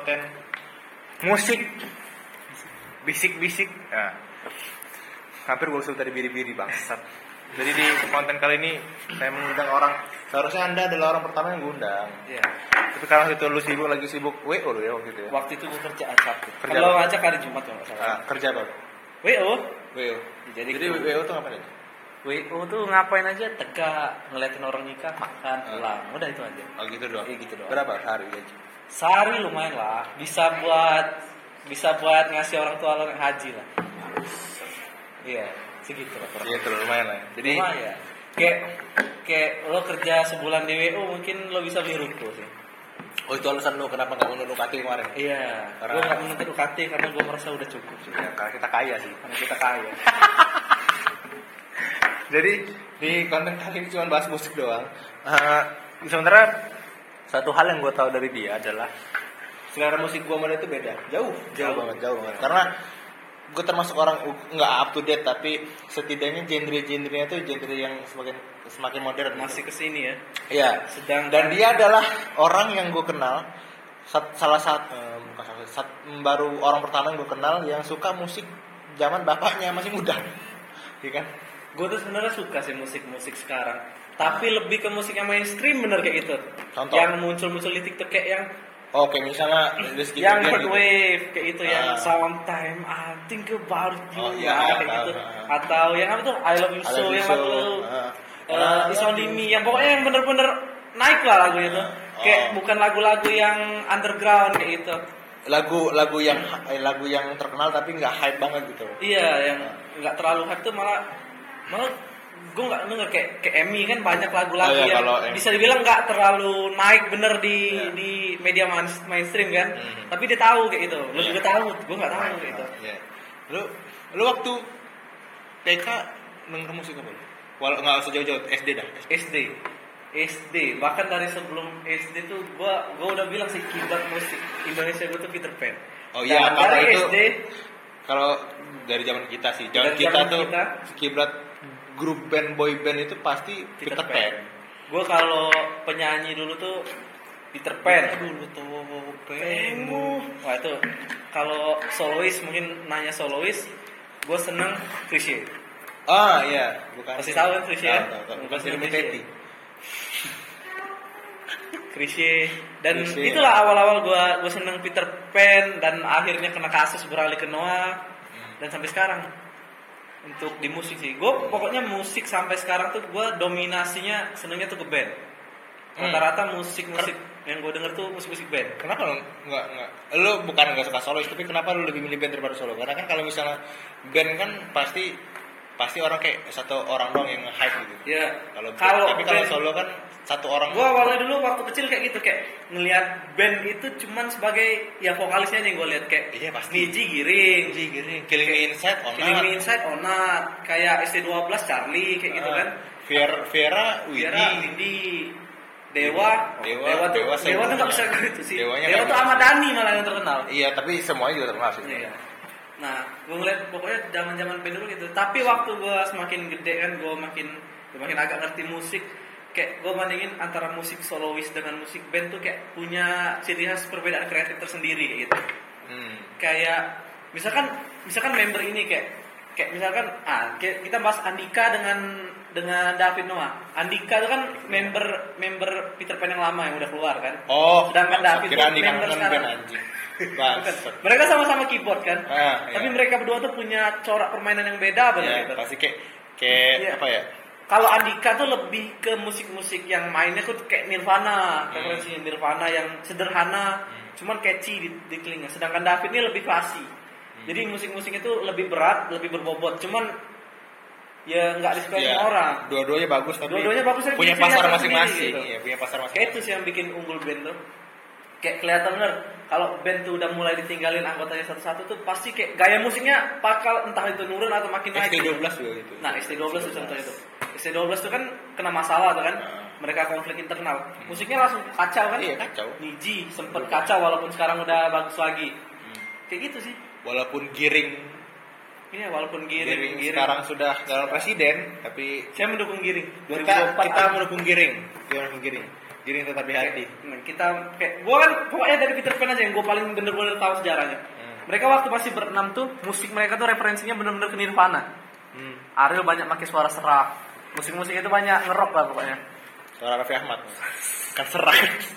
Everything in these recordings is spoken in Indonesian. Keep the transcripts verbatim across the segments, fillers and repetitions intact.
konten musik bisik-bisik. Nah, hampir gue sebut tadi biri-biri bangsat. Jadi di konten kali ini saya mengundang orang, seharusnya Anda adalah orang pertama yang gue undang. Iya. Tapi karena itu lu sibuk lagi sibuk W O lu ya waktu itu ya. Waktu itu gue kerjaan Sabtu. Kerja Kalau apa? ngajak hari Jumat kalau nggak salah. Nah, kerja apa? W O. W O. Jadi, Jadi W O tuh ngapain aja? W O tuh ngapain aja? Tegak, ngeliatin orang nikah, makan, Ah. pulang. Udah itu aja. Oh gitu doang. Iya, gitu doang. Berapa sehari gaji? Sehari lumayan lah. Bisa buat bisa buat ngasih orang tua lo yang haji lah. Iya, segitu lah. kurang Iya terus lumayan lah. Ya. Jadi lumayan. Kayak kayak lo kerja sebulan di W O mungkin lo bisa beli ruko sih. oh itu alasan lu kenapa nggak menuntut U K T kemarin? Iya, Karena- gue nggak menuntut U K T karena gue merasa udah cukup sih. Ya, karena kita kaya sih. Karena kita kaya. Jadi di konten kali ini cuma bahas musik doang. Uh, sementara satu hal yang gue tahu dari dia adalah selera musik gue sama dia itu beda. Jauh, jauh banget, jauh banget. Karena gue termasuk orang nggak up to date, tapi setidaknya genre-genrenya tuh genre yang semakin semakin modern. Masih kesini ya. Iya. Sedang Dan dia adalah orang yang gue kenal sat- salah satu eh, bukan salah satu sat- baru orang pertama yang gue kenal yang suka musik zaman bapaknya masih muda. Iya kan? gue tuh sebenarnya suka sih musik-musik sekarang. Tapi lebih ke musik yang mainstream bener kayak gitu. Contoh? Yang muncul-muncul di TikTok kayak yang Oke, misalnya Rizky yang Febian third gitu. wave kayak itu yang Ah. sometimes I think about you Oh, iya, ah, kayak tahu, gitu. ah. Atau yang apa tuh I love you I so love you yang so, lagu ah. uh, It's Only Me yang pokoknya yang bener-bener naik lah lagu itu. Kayak Oh. bukan lagu-lagu yang underground kayak gitu. Lagu-lagu yang eh, lagu yang terkenal tapi nggak hype banget gitu. Iya, yang nggak terlalu hype tuh malah malah gue nggak denger kayak kayak Emmy kan banyak lagu-lagu Oh, iya, yang kalau Emmy. bisa dibilang nggak terlalu naik bener di Iya. di media main- mainstream kan, Mhm. tapi dia tahu kayak gitu. Lo Iya. juga tahu, gue nggak tahu kayak gitu. Iya. Lu lu waktu T K denger musik apa? Walau nggak usah jauh-jauh S D dah. S D, S D bahkan dari sebelum S D tuh gue gue udah bilang sih kiblat musik Indonesia gue tuh Peter Pan. Oh iya, Dan kalau dari itu S D kalau dari zaman kita sih, zaman Dari kita zaman tuh kita. kiblat grup band boy band itu pasti Peter, Pan. Gue kalau penyanyi dulu tuh Peter Pan. Dulu tuh Pengu. Wah itu kalau solois mungkin nanya solois, gue seneng Chrisye. Ah iya, bukan. Pasti tahu kan Chrisye? Tahu, tahu, tahu. Bukan Pasti Sirmi Chrisye. Teti. Chrisye. Dan Chrisye. itulah awal-awal gue gue seneng Peter Pan dan akhirnya kena kasus beralih ke Noah dan sampai sekarang. Untuk di musik sih, gue pokoknya musik sampai sekarang tuh gue dominasinya senengnya tuh ke band. Rata-rata musik-musik yang gue denger tuh musik-musik band. Kenapa lo nggak nggak? Lo bukan nggak suka solois, tapi kenapa lo lebih milih band daripada solo? Karena kan kalau misalnya band kan pasti pasti orang kayak satu orang doang yang hype gitu. Ya, Kalau band- kalau tapi kalau band- solo kan satu orang. gue awalnya dulu waktu kecil kayak gitu, kayak ngelihat band itu cuman sebagai ya vokalisnya aja yang gue lihat kayak Iya, pasti. Niji Giring, Niji Giring, Killing Me Inside, Onat. Killing Me Inside, Onat, kayak S T dua belas Charlie kayak gitu Ah, kan. Vera Vera Viera, Widi. Widi, Dewa, Dewa, Dewa tuh, Dewa Dewa tuh nggak bisa seutuhnya. gitu sih. Dewanya Dewa nggak tuh bisa. Ahmad Dhani malah yang terkenal. Iya, tapi semuanya juga terkenal sih. Iya. Nah, gue ngeliat pokoknya zaman-zaman band dulu gitu. Tapi waktu gue semakin gede kan, gue makin gue makin agak ngerti musik. Kayak gue bandingin antara musik solois dengan musik band tuh kayak punya ciri khas perbedaan kreatif tersendiri kayak gitu. Hmm. Kayak misalkan misalkan member ini kayak kayak misalkan ah kayak kita bahas Andika dengan dengan David Noah. Andika itu kan member member Peter Pan yang lama yang udah keluar kan. Oh, Sedangkan David kira tuh Andika member kan sekarang. band anjing. Bukan. Bangsat. Mereka sama-sama keyboard kan. Ah, Tapi iya. mereka berdua tuh punya corak permainan yang beda banget Ya, gitu. pasti kayak kayak Iya. apa ya? Kalau Andika tuh lebih ke musik-musik yang mainnya tuh kayak Nirvana, Hmm. referensi Nirvana yang sederhana, cuman catchy di, di telinga. Sedangkan David ini lebih klasik. Hmm. Jadi musik-musiknya tuh lebih berat, lebih berbobot. Cuman ya nggak disukai Ya, semua orang. Dua-duanya bagus tapi Dua-duanya bagus, tapi punya ciri pasar khasnya masing-masing. sendiri, gitu. Iya, punya pasar Kayak masing-masing. itu sih yang bikin unggul band tuh. Kayak kelihatan bener kalau band tuh udah mulai ditinggalin anggotanya satu-satu tuh pasti kayak gaya musiknya bakal entah itu nurun atau makin S naik. T dua belas juga gitu. Nah, S T dua belas itu contoh itu. S T dua belas itu kan kena masalah tuh kan. Nah. Mereka konflik internal. Musiknya langsung kacau kan? Iya, kacau. Niji sempet kacau walaupun sekarang udah bagus lagi. Kayak gitu sih. Walaupun Giring Iya, walaupun giring, Giring giring. sekarang sudah calon presiden, tapi Saya mendukung giring. kita dua ribu dua puluh empat kita ada. mendukung Giring. Kita mendukung Giring. Giring tetap di hati. Nah, kita kayak gue kan pokoknya dari Peter Pan aja yang gue paling bener-bener tahu sejarahnya. Hmm. Mereka waktu masih berenam tuh musik mereka tuh referensinya bener-bener ke Nirvana. Hmm. Ariel banyak pakai suara serak. Musik-musik itu banyak ngerok lah pokoknya. Suara Raffi Ahmad. Kan serak.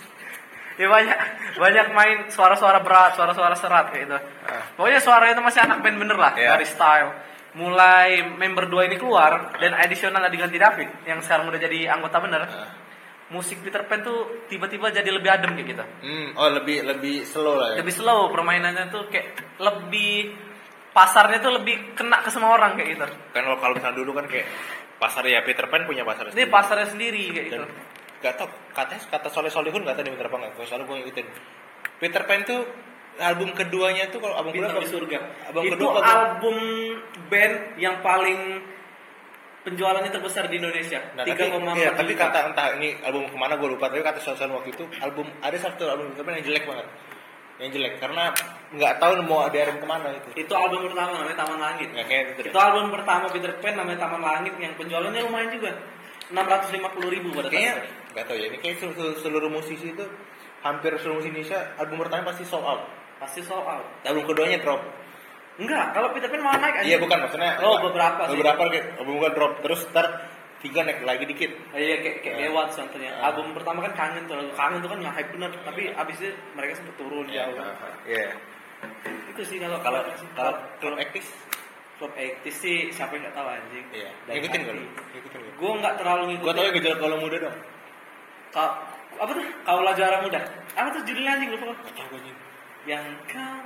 Ya banyak banyak main suara-suara berat, suara-suara serat kayak gitu. Ah. Pokoknya suaranya itu masih anak band bener lah, yeah. Dari style. Mulai member dua ini keluar dan additional diganti David yang sekarang udah jadi anggota bener. Ah. Musik Peter Pan tuh tiba-tiba jadi lebih adem kayak gitu. Hmm, oh lebih lebih slow lah ya. Lebih slow permainannya tuh kayak lebih pasarnya tuh lebih kena ke semua orang kayak gitu. Kan kalau misalnya dulu kan kayak pasar ya Peter Pan punya pasar sendiri. Ini pasarnya sendiri kayak dan, gitu. Gak tau katanya kata Soleh Solihun gak tau dia bener apa nggak. Soalnya gue ngikutin Peter Pan tuh album keduanya tuh kalau album Bintang kedua di Surga. Album itu kedua album band yang paling penjualannya terbesar di Indonesia. Nah, tiga koma empat iya, tapi kata entah ini album kemana gue lupa. Tapi kata Soleh Solihun waktu itu album ada satu album Peter Pan yang jelek banget. Yang jelek karena nggak tahu mau diarim kemana itu. Itu album pertama namanya Taman Langit. Ya, kayak gitu. Itu album pertama Peter Pan namanya Taman Langit yang penjualannya lumayan juga. enam ratus lima puluh ribu pada kayaknya nggak tahu ya ini kayak seluruh, seluruh musisi itu hampir seluruh musisi Indonesia album pertama pasti sold out pasti sold out album keduanya drop enggak kalau Peter Pan malah naik aja iya bukan maksudnya oh beberapa sih beberapa kayak album kedua drop terus ntar tiga naik lagi dikit oh, iya kayak kayak yeah. Dewa contohnya uh. album pertama kan kangen tuh kangen tuh kan nggak hype bener tapi abis itu mereka sempat turun yeah, jauh uh, iya yeah. Itu sih kalau kalau kalau klub aktif Klub delapan puluh sih siapa yang nggak tahu anjing. Iya. Ngikutin kan? Ngikutin. Gue nggak terlalu ngikutin. Gue tahu gejala kalau muda dong. Kau apa tuh? Kaulah Juara Muda. Apa tuh judulnya anjing lupa? Gak tahu anjing. Yang kau.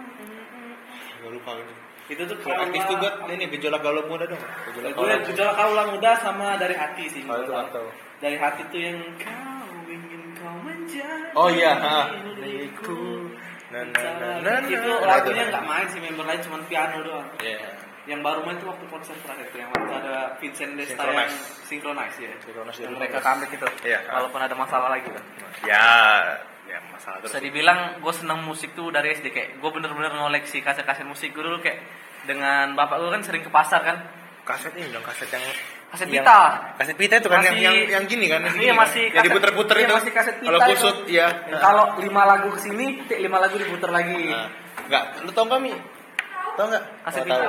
Gak lupa ini. Itu tuh Klub aktif tuh gue ini gejolak galau muda dong. Gejolak gue gejolak kaulah muda sama Dari Hati sih. Oh itu nggak tahu. Dari Hati tuh yang kau ingin kau menjadi. Oh iya. Milikku. Nah, nah, nah, nah, itu lagunya nggak main sih member lain cuma piano doang. Iya. Yeah. Yang baru main itu waktu konser terakhir tuh yang waktu ada Vincent Desta yang Synchronize ya. Synchronize yang mereka comeback itu. Iya. Walaupun ada masalah lagi kan. Ya, ya masalah terus. Bisa dibilang gue senang musik tuh dari S D kayak gue bener-bener ngoleksi kaset-kaset musik gue dulu kayak dengan bapak gue kan sering ke pasar kan. Kaset ini dong kaset yang kaset pita. Kaset pita itu kan yang yang yang gini kan. Iya masih. Yang diputer-puter itu. Masih kaset pita. Kalau kusut ya. Kalau lima lagu kesini, lima lagu diputer lagi. Enggak, lu tau nggak Mi? Tau nggak? Kaset pita.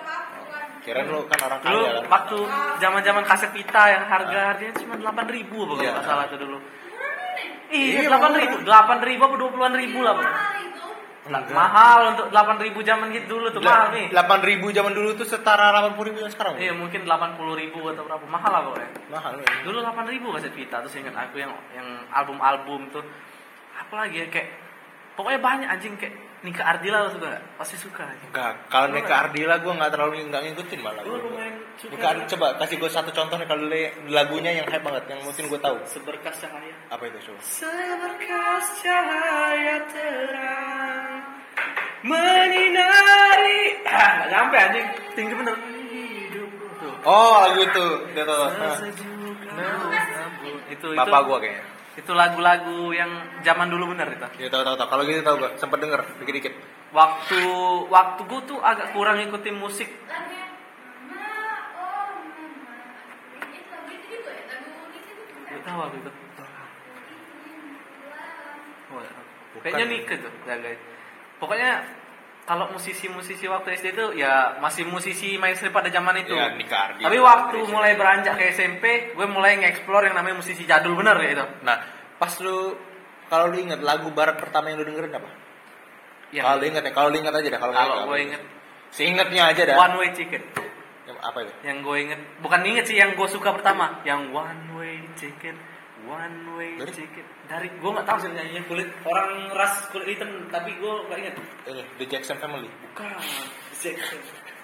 Kira lu kan orang kaya dulu, kan. Waktu zaman-zaman kaset pita yang harga harganya cuma delapan ribu apa kalau nggak salah tuh dulu. Iya, delapan ribu, delapan ribu apa dua puluhan ribu lah. Nah, mahal untuk delapan ribu zaman gitu dulu tuh mahal nih. delapan ribu zaman dulu tuh setara delapan puluh ribu yang sekarang. Iya, mungkin delapan puluh ribu atau berapa. Mahal lah pokoknya. Mahal. Ya. Dulu delapan ribu kaset pita terus ingat aku yang yang album-album tuh apa lagi ya kayak pokoknya banyak anjing kayak Nika Ardila lo suka gak? Pasti suka aja. Enggak, kalau Nika Ardila gue gak terlalu nggak ngikutin malah. Gue lumayan suka. Nika Ardila, coba kasih gue satu contoh nih kalau lagunya yang hype banget, yang mungkin gue tahu. Seberkas cahaya. Apa itu coba? Seberkas cahaya terang menyinari. Ah, gak nyampe anjing. Tinggi bener. Oh, lagu itu. Dia tahu. Itu Bapak gue kayaknya. Itu lagu-lagu yang zaman dulu bener itu. Iya tahu tahu tahu. Kalau gitu tahu gak? Sempat denger dikit-dikit. Waktu waktu gue tuh agak kurang ngikutin musik. Gak tahu aku itu. Kayaknya Nika tuh. Pokoknya kalau musisi-musisi waktu S D itu ya masih musisi mainstream pada zaman itu. Ya, Nika Ardila. Tapi waktu mulai beranjak ke S M P, gue mulai nge-explore yang namanya musisi jadul bener ya itu. Nah, pas lu kalau lu inget lagu barat pertama yang lu dengerin apa? Ya, kalau lu inget ya, kalau lu inget aja dah. Kalau gue inget, seingetnya aja dah. One Way Ticket. Yang apa itu? Yang gue inget, bukan inget sih yang gue suka pertama, yang One Way Ticket, One Way Dari? Ticket. Dari gue nggak tahu sih nyanyinya kulit orang ras kulit hitam, tapi gue nggak inget. Ini The Jackson Family. Bukan. The Jackson.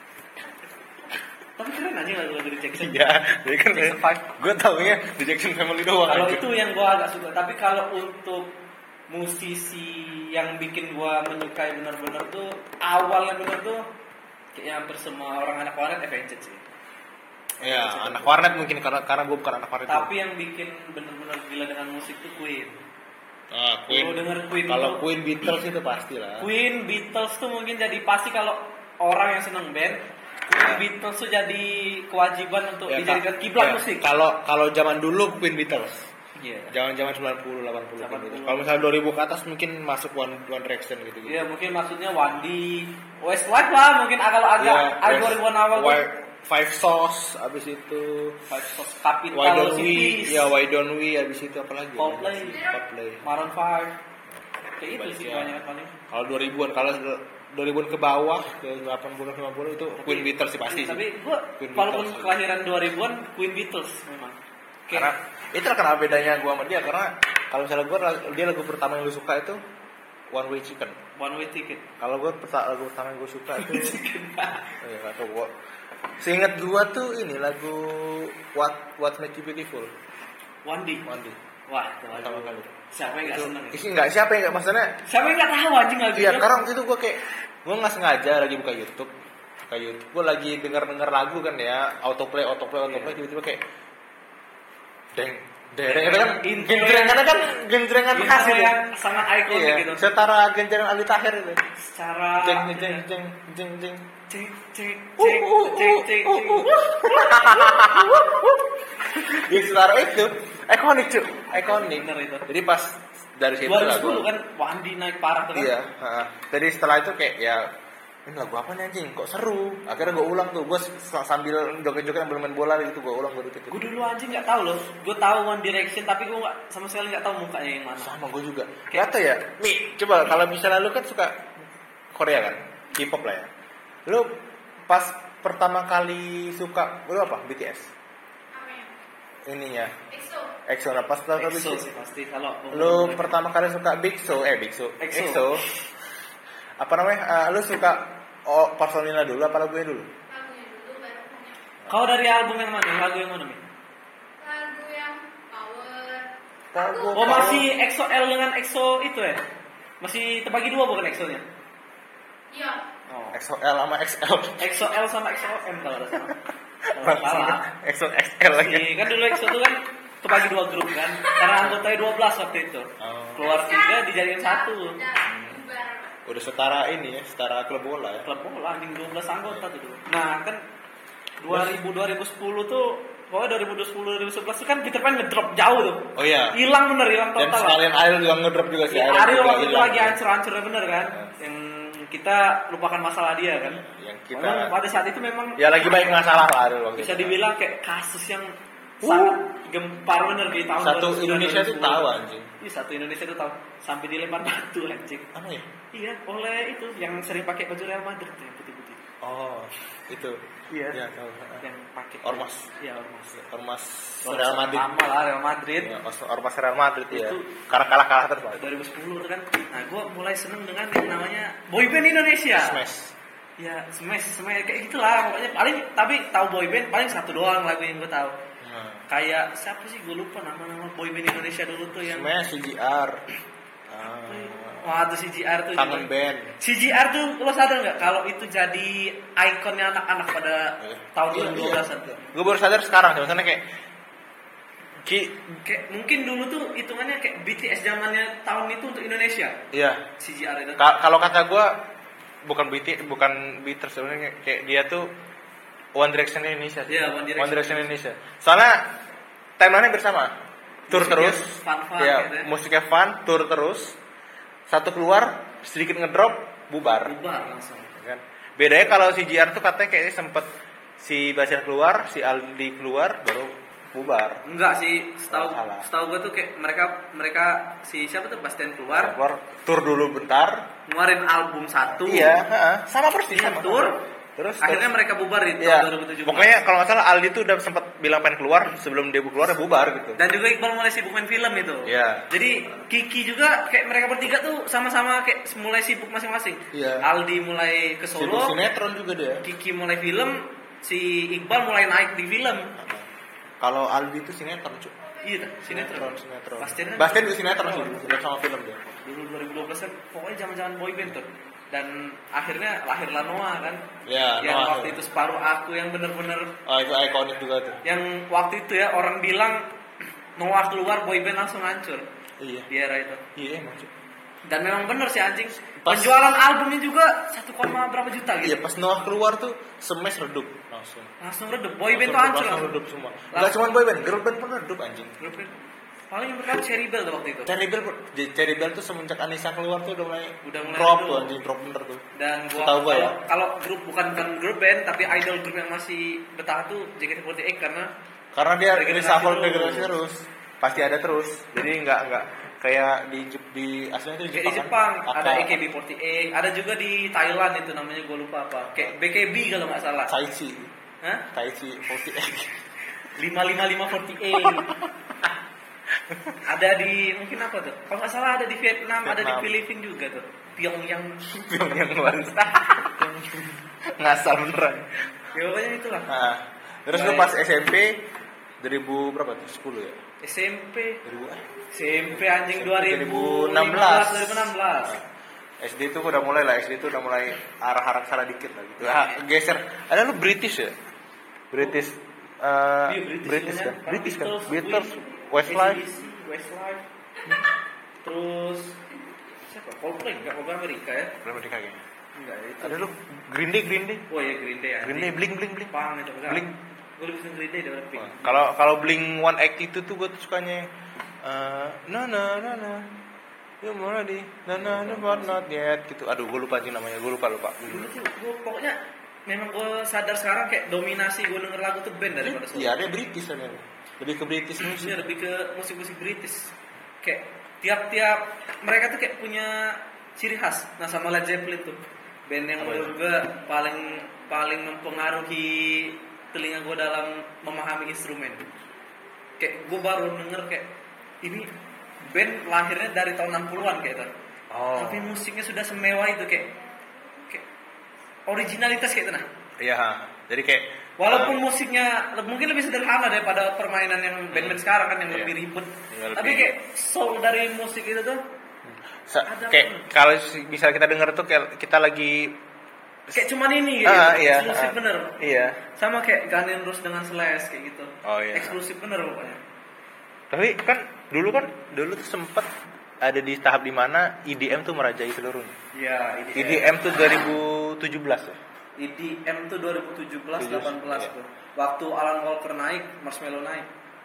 Tapi keren aja lagu-lagu The Jackson. Iya, jadi kan gue taunya The Jackson Family doang. Kalau itu yang gue agak suka, tapi kalau untuk musisi yang bikin gue menyukai benar-benar tuh awalnya benar tuh kayak hampir semua orang anak warnet Avenged sih. Iya, anak warnet mungkin karena karena gue bukan anak warnet. Tapi itu. Yang bikin benar-benar gila dengan musik tuh Queen. Ah, Queen. Kalau denger Queen kalau itu, Queen Beatles itu pasti lah. Queen Beatles tuh mungkin jadi pasti kalau orang yang seneng band, Queen ya. Beatles tuh jadi kewajiban untuk ya, dijadikan kiblat ya. Musik. Kalau kalau zaman dulu Queen Beatles. Iya. Jangan-jangan sembilan puluh delapan puluh delapan gitu. puluh. Kalau misalnya dua ribu ke atas mungkin masuk One One Direction gitu gitu. Iya, mungkin maksudnya One D, Westlife lah mungkin kalau agak agak dua ribuan awal tuh. Five Sauce abis itu Five Sauce, Capital Why Don't We, Cities, ya Why Don't We abis itu apa lagi? Coldplay, Coldplay. Maroon five. Kayak itu sih Ya. banyak paling. Kalau dua ribuan, kalau dua ribuan ke bawah ke delapan puluh lima puluh itu Queen Beatles sih pasti. Tapi sih. gua Queen walaupun Beatles. kelahiran dua ribuan Queen Beatles memang. Karena itu kenapa bedanya gua sama dia, karena kalau misalnya gua dia lagu pertama yang lu suka itu One Way Chicken. One Way Ticket. Kalau gua lagu pertama yang gua suka itu oh ya atau gua seingat gua tuh ini lagu What What Make You Beautiful. One D. One D. Wah, itu Pertama lagu. kali. Siapa yang nggak seneng? Ya? Isi enggak siapa yang enggak maksudnya Siapa yang nggak tahu anjing lagu iya itu? karena waktu itu gue kayak gue nggak sengaja lagi buka YouTube buka YouTube gue lagi denger denger lagu kan ya autoplay autoplay autoplay Iya. tiba-tiba kayak deng dereng itu kan Intro genjrengan kan genjrengan Intro khas itu yang sangat ikonik iya gitu. setara genjrengan Ali Tahir itu Secara jeng jeng jeng jeng jeng cek cek Uh, cek uh, cek uh, cek uh, uh. di setara itu ikonik cuy ikonik Bener itu. jadi pas dari situ dua ribu lah sepuluh gua- kan One D naik parah tuh kan. Iya, heeh. Jadi setelah itu kayak ya ini lagu apa nih anjing? Kok seru? Akhirnya gue ulang tuh, gue sambil joget-joget sambil main bola gitu, gue ulang gue gitu. Gue dulu anjing nggak tahu loh. Gue tahu One Direction tapi gue nggak sama sekali nggak tahu mukanya yang mana. Sama gue juga. Gak tau ya. Nih, coba kalau misalnya lu kan suka Korea kan, K-pop lah ya. Lu pas pertama kali suka lu apa? B T S. Ininya. EXO. EXO nah pas pertama kali EXO sih pasti kalau lu pertama kali suka Big So, eh Big So, EXO. EXO. Apa namanya? Uh, lu suka oh, personilnya dulu apa lagunya dulu? Lagunya dulu baru punya. Kau dari album yang mana? Lagu yang mana nih? Lagu yang Power. Power. Oh masih EXO L dengan EXO itu ya? Masih terbagi dua bukan EXO-nya? Iya. Oh. EXO L sama X L. EXO L sama EXO M kalau ada salah. Kalau salah. EXO X L lagi. Iya, kan dulu EXO itu kan kebagi dua grup kan, karena anggotanya dua belas waktu itu. Oh. Keluar tiga dijadiin satu. Dan bubar. Udah setara ini ya, setara klub bola ya. Klub bola anjing dua belas anggota tuh dulu. Nah, kan dua ribu dua ribu sepuluh tuh pokoknya dua ribu sepuluh dua ribu sebelas tuh kan Peter Pan ngedrop jauh tuh. Oh iya. Hilang bener, hilang Dan total. sekalian Ariel juga ngedrop juga sih. Ya, Ariel Ariel juga waktu itu hilang. lagi hancur-hancurnya bener kan. Yang kita lupakan masalah dia kan. Yang kita Memang pada saat itu memang ya lagi baik nggak salah lah Ariel waktu bisa itu. dibilang kayak kasus yang Uh. sangat gempar bener di tahun Satu dua ribu sembilan, Indonesia tuh dua ribu sepuluh. tahu anjing. Iya, satu Indonesia tuh tahu sampai dilempar batu anjing. Apa ya? Iya, oleh itu yang sering pakai baju Real Madrid tuh yang putih-putih. Oh, itu. Iya. Ya, tahu. Yang pakai Ormas. Iya, Ormas. Ormas Ormas Real Madrid. Lama lah Real Madrid. Ya, Ormas Real Madrid ya. Itu Karena kalah-kalah terus. Pak. dua ribu sepuluh tuh kan. Nah, gue mulai seneng dengan yang namanya boyband Indonesia. Smash. Ya, smash, smash kayak gitulah pokoknya. Paling tapi tahu boyband paling satu doang lagu yang gue tahu. Nah. Kayak siapa sih gue lupa nama-nama boyband Indonesia dulu tuh yang Smash C G R. Ah. wah tuh C G R tuh Kangen juga. band. C G R tuh lo sadar nggak kalau itu jadi ikonnya anak-anak pada Iya. tahun Iya, dua ribu dua belasan iya. Gue baru sadar sekarang, maksudnya kayak Ki, kayak mungkin dulu tuh hitungannya kayak B T S zamannya tahun itu untuk Indonesia. iya. C G R itu. Ka- kalau kata gue bukan B T bukan B T S sebenarnya kayak dia tuh One Direction Indonesia. sih. Iya, One Direction. Indonesia. Soalnya timeline-nya bersama. Tour Musiknya terus. fun-fun ya, gitu ya. musiknya fun, tour terus. Satu keluar, sedikit ngedrop, bubar. Bubar langsung. Kan? Bedanya kalau si G R tuh katanya kayaknya sempet si Bastian keluar, si Aldi keluar, baru bubar. Enggak sih, setahu Oh, salah. setahu gue tuh kayak mereka mereka si siapa tuh Bastian keluar, Keluar, tour dulu bentar. ngeluarin album satu. Iya, heeh. sama persis Iya, sama. tour. Terus Akhirnya terus- mereka bubar di tahun Iya. dua ribu tujuh belas. Pokoknya kalau nggak salah Aldi tuh udah sempat bilang pengen keluar sebelum dia keluar ya bubar gitu. Dan juga Iqbal mulai sibuk main film itu. Iya. Jadi Kiki juga kayak mereka bertiga tuh sama-sama kayak mulai sibuk masing-masing. Iya. Aldi mulai ke Sibuk Solo, sinetron juga dia. Kiki mulai film, si Iqbal mulai naik di film. Kalau Aldi itu sinetron cuy. Iya, tuh, sinetron. Sinetron. Bastian kan- Bastian juga sinetron sih, sinetron sama film dia. Dulu dua ribu dua belas kan pokoknya zaman-zaman boyband tuh. Dan akhirnya lahirlah Noah kan. Ya, yang Noah. waktu itu separuh aku yang bener-bener Oh itu ikonik juga tuh. yang waktu itu ya orang bilang Noah keluar boyband langsung hancur Iya. di era itu. Iya emang cuy. Dan memang bener sih anjing. Pas- Penjualan albumnya juga satu koma berapa juta gitu. Iya pas Noah keluar tuh smash redup langsung. Langsung redup. Boyband tuh Langsung hancur langsung langsung. redup semua. Langsung. Enggak cuma boyband, girl band pun redup anjing. Girlband. Paling yang pertama Cherry Bell tuh waktu itu. Cherry Bell, Cherry Bell tuh semenjak Anissa keluar tuh udah mulai Udah mulai drop dulu. tuh anjing, drop bener tuh. Dan gua Setahu gua kalau ya. kalau grup bukan bukan grup band tapi idol grup yang masih bertahan tuh J K T empat delapan karena Karena dia Regenerasi reshuffle terus. regenerasi terus, pasti ada terus. Jadi nggak nggak kayak di Jep- di aslinya itu di kayak di Jepang, Jepang kan? ada Aka- A K B empat delapan, ada juga di Thailand itu namanya gue lupa apa. Kayak B K B kalau nggak salah. Taichi, Hah? Taichi empat delapan. lima lima lima empat delapan. Ada di mungkin apa tuh? Kalau nggak salah ada di Vietnam, ada di Vietnam. Filipina juga tuh. Pyongyang. yang luar ngasal beneran. Ya pokoknya itulah. Nah, terus lu Baik. pas S M P dua ribu berapa tuh? sepuluh ya? S M P. dua ribu eh? S M P anjing dua ribu enam belas. dua ribu enam belas. S D itu udah mulai lah, S D itu udah mulai arah-arah ke sana dikit lah gitu. Ah, geser. Ada lu British ya? British eh Iya, British, semuanya. kan? British kan? Beatles, Beatles, Queen, Westlife. A C D C, Westlife. Terus siapa? Coldplay enggak Coldplay Amerika ya? Berapa dikit kayaknya? Enggak itu. Ada lu Green Day, Green Day. Oh ya Green Day ya. Green Day, Blink, Blink, Blink. Pang itu enggak. Blink. Gue lebih suka Green Day daripada Pink. Kalau kalau Blink one eighty two tuh gue tuh sukanya eh no no no no you more ready no no no but not yet gitu. Aduh gue lupa sih namanya, gue lupa lupa. Dulu tuh gue pokoknya memang gue sadar sekarang kayak dominasi gue denger lagu tuh band daripada solo. Iya, ada British kan. Lebih ke British Ini music. lebih ke musik-musik British. Kayak tiap-tiap mereka tuh kayak punya ciri khas. Nah sama Led Zeppelin tuh band yang Apa menurut gue paling paling mempengaruhi telinga gue dalam memahami instrumen. Kayak gue baru denger kayak ini band lahirnya dari tahun enam puluhan kayak itu. Oh. Tapi musiknya sudah semewah itu kayak kayak originalitas kayak itu nah. Iya, jadi kayak Walaupun musiknya le- mungkin lebih sederhana daripada permainan yang band-band sekarang kan yang Iya. lebih ribet. Iya, lebih- Tapi kayak soul dari musik itu tuh sa- ada kayak apa? kalau si- bisa kita dengar tuh kayak kita lagi kayak cuman ini gitu. ah iya, Eksklusif ah, bener. Iya. Sama kayak Guns N' Roses dengan Slash kayak gitu. Oh, iya. Eksklusif bener pokoknya. Tapi kan dulu kan dulu tuh sempet ada di tahap dimana E D M tuh merajai seluruhnya. Iya, E D M tuh dua ribu tujuh belas ya. E D M tuh dua ribu tujuh belas tujuh belas, delapan belas iya. tuh. Waktu Alan Walker naik, Marshmello naik.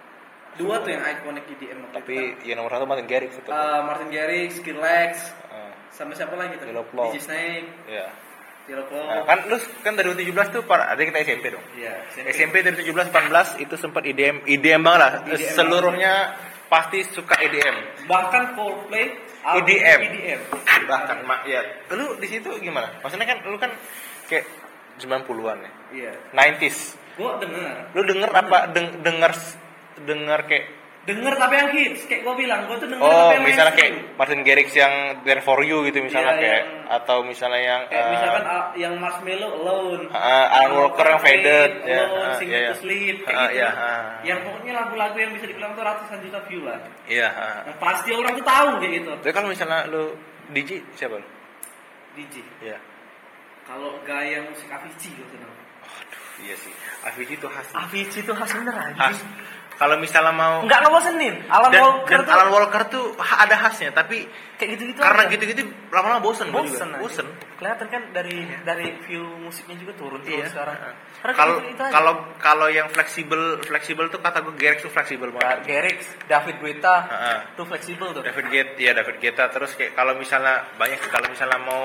Dua tuh yang iconic E D M waktu itu. Tapi yang nomor satu Martin Garrix itu. Uh, Martin Garrix, Skrillex, Ah, sama siapa lagi tuh? Yellow Claw. D J Snake, Iya. Yellow Claw. Nah, kan lu kan dari dua ribu tujuh belas tuh para ada kita S M P dong. Iya, S M P dari tujuh belas delapan belas itu sempat E D M, E D M banget lah. E D M Seluruhnya pasti suka E D M. Bahkan Coldplay E D M. E D M. Bahkan mak ya. Lu di situ gimana? Maksudnya kan lu kan kayak sembilan puluhan ya. Iya. sembilan puluhan. Gua denger. Lu denger apa deng- denger denger kayak Denger tapi yang hits, kayak gua bilang, gua tuh denger oh tapi yang misalnya kayak mainstream. Martin Garrix yang There For You gitu misalnya Iya, kayak yang- atau misalnya yang Kayak eh, misalkan uh, yang Marshmello Alone, uh, Alan Walker yang Faded, ya, Alone, uh, Sing iya, to iya. Sleep, kayak Uh, gitu. iya, kan. uh. Yang pokoknya lagu-lagu yang bisa dibilang tuh ratusan juta view lah. iya uh. Yang pasti orang tuh tahu kayak gitu. Tapi kalau misalnya lu D J siapa lu? D J. Iya. Kalau gaya musik Avicii gua seneng. Aduh, iya sih. Avicii itu khas. Avicii tuh khas bener aja. Khas. Kalau misalnya mau Enggak ngebosenin. Alan dan, Walker dan tuh Alan Walker tuh ha- ada khasnya, tapi kayak gitu-gitu karena aja. gitu-gitu lama-lama bosen gua bosen juga. aja. Bosen. Kelihatan kan dari dari view musiknya juga turun terus Iya. sekarang. Heeh. Karena Kalau kayak gitu aja. kalau kalau yang fleksibel fleksibel tuh kata gue Garrix tuh fleksibel banget. Garrix, David Guetta, Heeh. tuh fleksibel tuh. David Guetta, ya David Guetta terus kayak kalau misalnya banyak kalau misalnya mau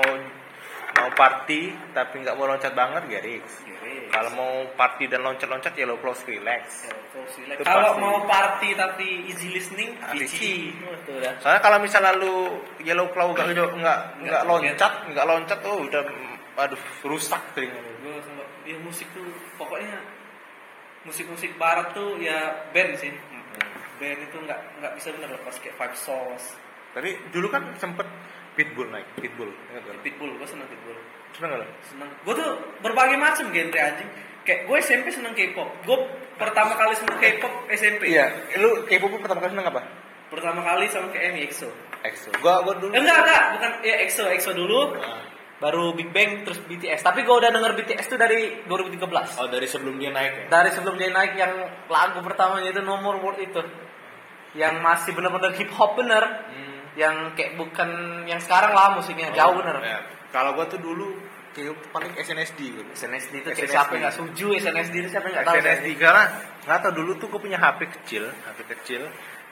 mau party tapi nggak mau loncat banget Garrix. Garrix. Kalau mau party dan loncat-loncat ya Yellow Claw Skrillex. Ya, terus relax. Itu Kalau pasti. mau party tapi easy listening, Avicii. Avicii. Oh, itu udah. Soalnya kalau misalnya lu Yellow Claw nggak nggak nggak nggak joget. loncat nggak loncat oh udah aduh rusak telinga lu. Gue kalau ya musik tuh pokoknya musik-musik barat tuh ya band sih. Band itu nggak nggak bisa bener lepas kayak Five Souls. Tapi dulu kan sempet Pitbull naik Pitbull. Ingat nggak? Pitbull, gue seneng Pitbull. Seneng nggak lo? Seneng. Gue tuh berbagai macam genre anjing. Kayak gue S M P seneng K-pop. Gue pertama kali seneng K-pop S M P. Iya. Lu K-pop pertama kali seneng apa? Pertama kali sama ke M I EXO. EXO. Gua gua dulu. Eh, enggak enggak, bukan ya EXO, EXO dulu. Ah. Baru Big Bang terus B T S. Tapi gue udah denger B T S tuh dari dua ribu tiga belas. Oh dari sebelum dia naik ya? Dari sebelum dia naik yang lagu pertamanya itu No More World itu. Yang masih bener-bener hip hop bener. Hmm. Yang kayak bukan yang sekarang lah musiknya jauh bener. Ya. Kalau gua tuh dulu K-pop paling S N S D gitu. S N S D itu S N S D. kayak siapa yang nggak setuju S N S D itu siapa yang nggak tahu? S N S D karena nggak tau dulu tuh gue punya H P kecil, H P kecil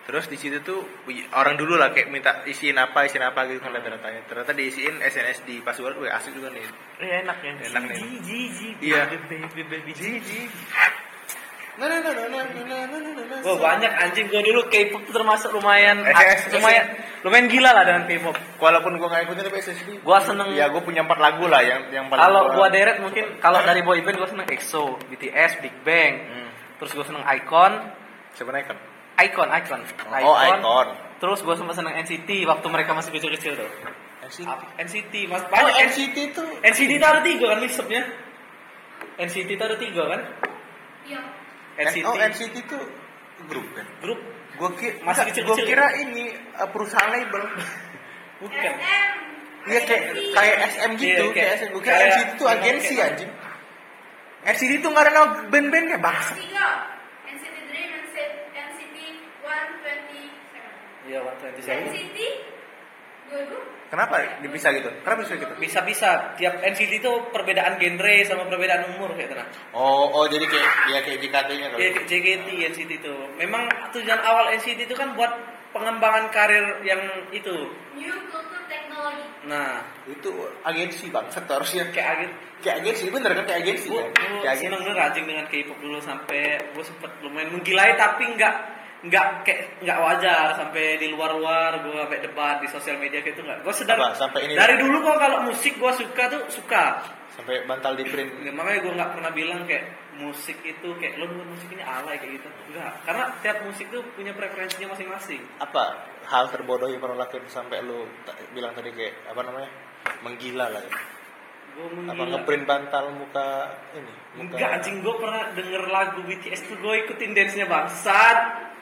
Terus di situ tuh wih, orang dulu lah kayak minta isiin apa, isiin apa gitu kan data-datanya. Ternyata diisiin S N S di password, wih asik juga nih. Iya enak ya. Enak nih. Ji ji ji. Iya. Baby baby ji ji. Nah, nah, nah, nah, nah, nah, nah, nah, nah. Wah banyak anjing gue dulu K-pop tuh termasuk lumayan S N S, lumayan lumayan gila lah dengan K-pop. Walaupun gua nggak ikutin tapi S S D. Gua seneng. Ya gua punya empat lagu lah yang yang paling. Kalau gua deret mungkin kalau dari boy band gua seneng E X O, B T S, Big Bang. Hmm. Terus gua seneng iKON, Sebenarnya kan. iKON, iKON. Oh, iKON. Terus gua sempat seneng N C T waktu mereka masih kecil-kecil tuh. N C T. N C T mas Oh, banyak N C T tuh. N C T tuh ada tiga kan listnya. N C T tuh ada tiga kan? Iya. N C T. Oh, N C T tuh grup kan. Grup Gua kira Masih masih kecil-kecil gua kira ini uh, perusahaan label. bukan. S M. Iya kayak kayak S M gitu, Iya, kayak kayak- S M. Gua kira kayak- N C T tuh kayak- agensi kayak- anjing. N C T tuh nggak ada nama band-bandnya bangsa. Tiga. N C T Dream, N C T N C T one twenty seven. Iya, one twenty N seven. C T dua ribu. Kenapa dipisah gitu? Kenapa bisa gitu? Bisa-bisa tiap N C T itu perbedaan genre sama perbedaan umur kayak tenang. Oh, oh jadi kayak ya kayak J K T-nya kali. Ya, J K T N C T itu. Memang tujuan awal N C T itu kan buat pengembangan karir yang itu. New Culture Technology. Nah, Itu agensi bangsat harusnya. kayak agit Kayak agensi bener kan kayak agensi gue ya? gue Kayak seneng agensi. nih rajin dengan K-pop dulu sampai gue sempet lumayan menggilai tapi nggak nggak kayak nggak wajar sampai di luar-luar gue sampai debat di sosial media kayak itu nggak gue sedang Apa? Sampai ini dari dulu kok kalau musik gue suka tuh suka. sampai bantal di print. Ya, makanya gue nggak pernah bilang kayak musik itu kayak lo dengar musik ini alay kayak gitu enggak karena tiap musik tuh punya preferensinya masing-masing. Apa hal terbodoh yang pernah lakuin sampai lu ta- bilang tadi kayak apa namanya? Menggila lah ya. Gue Apa ngeprint bantal muka ini? Muka enggak anjing gue pernah denger lagu B T S tuh gue ikutin dance-nya bangsat.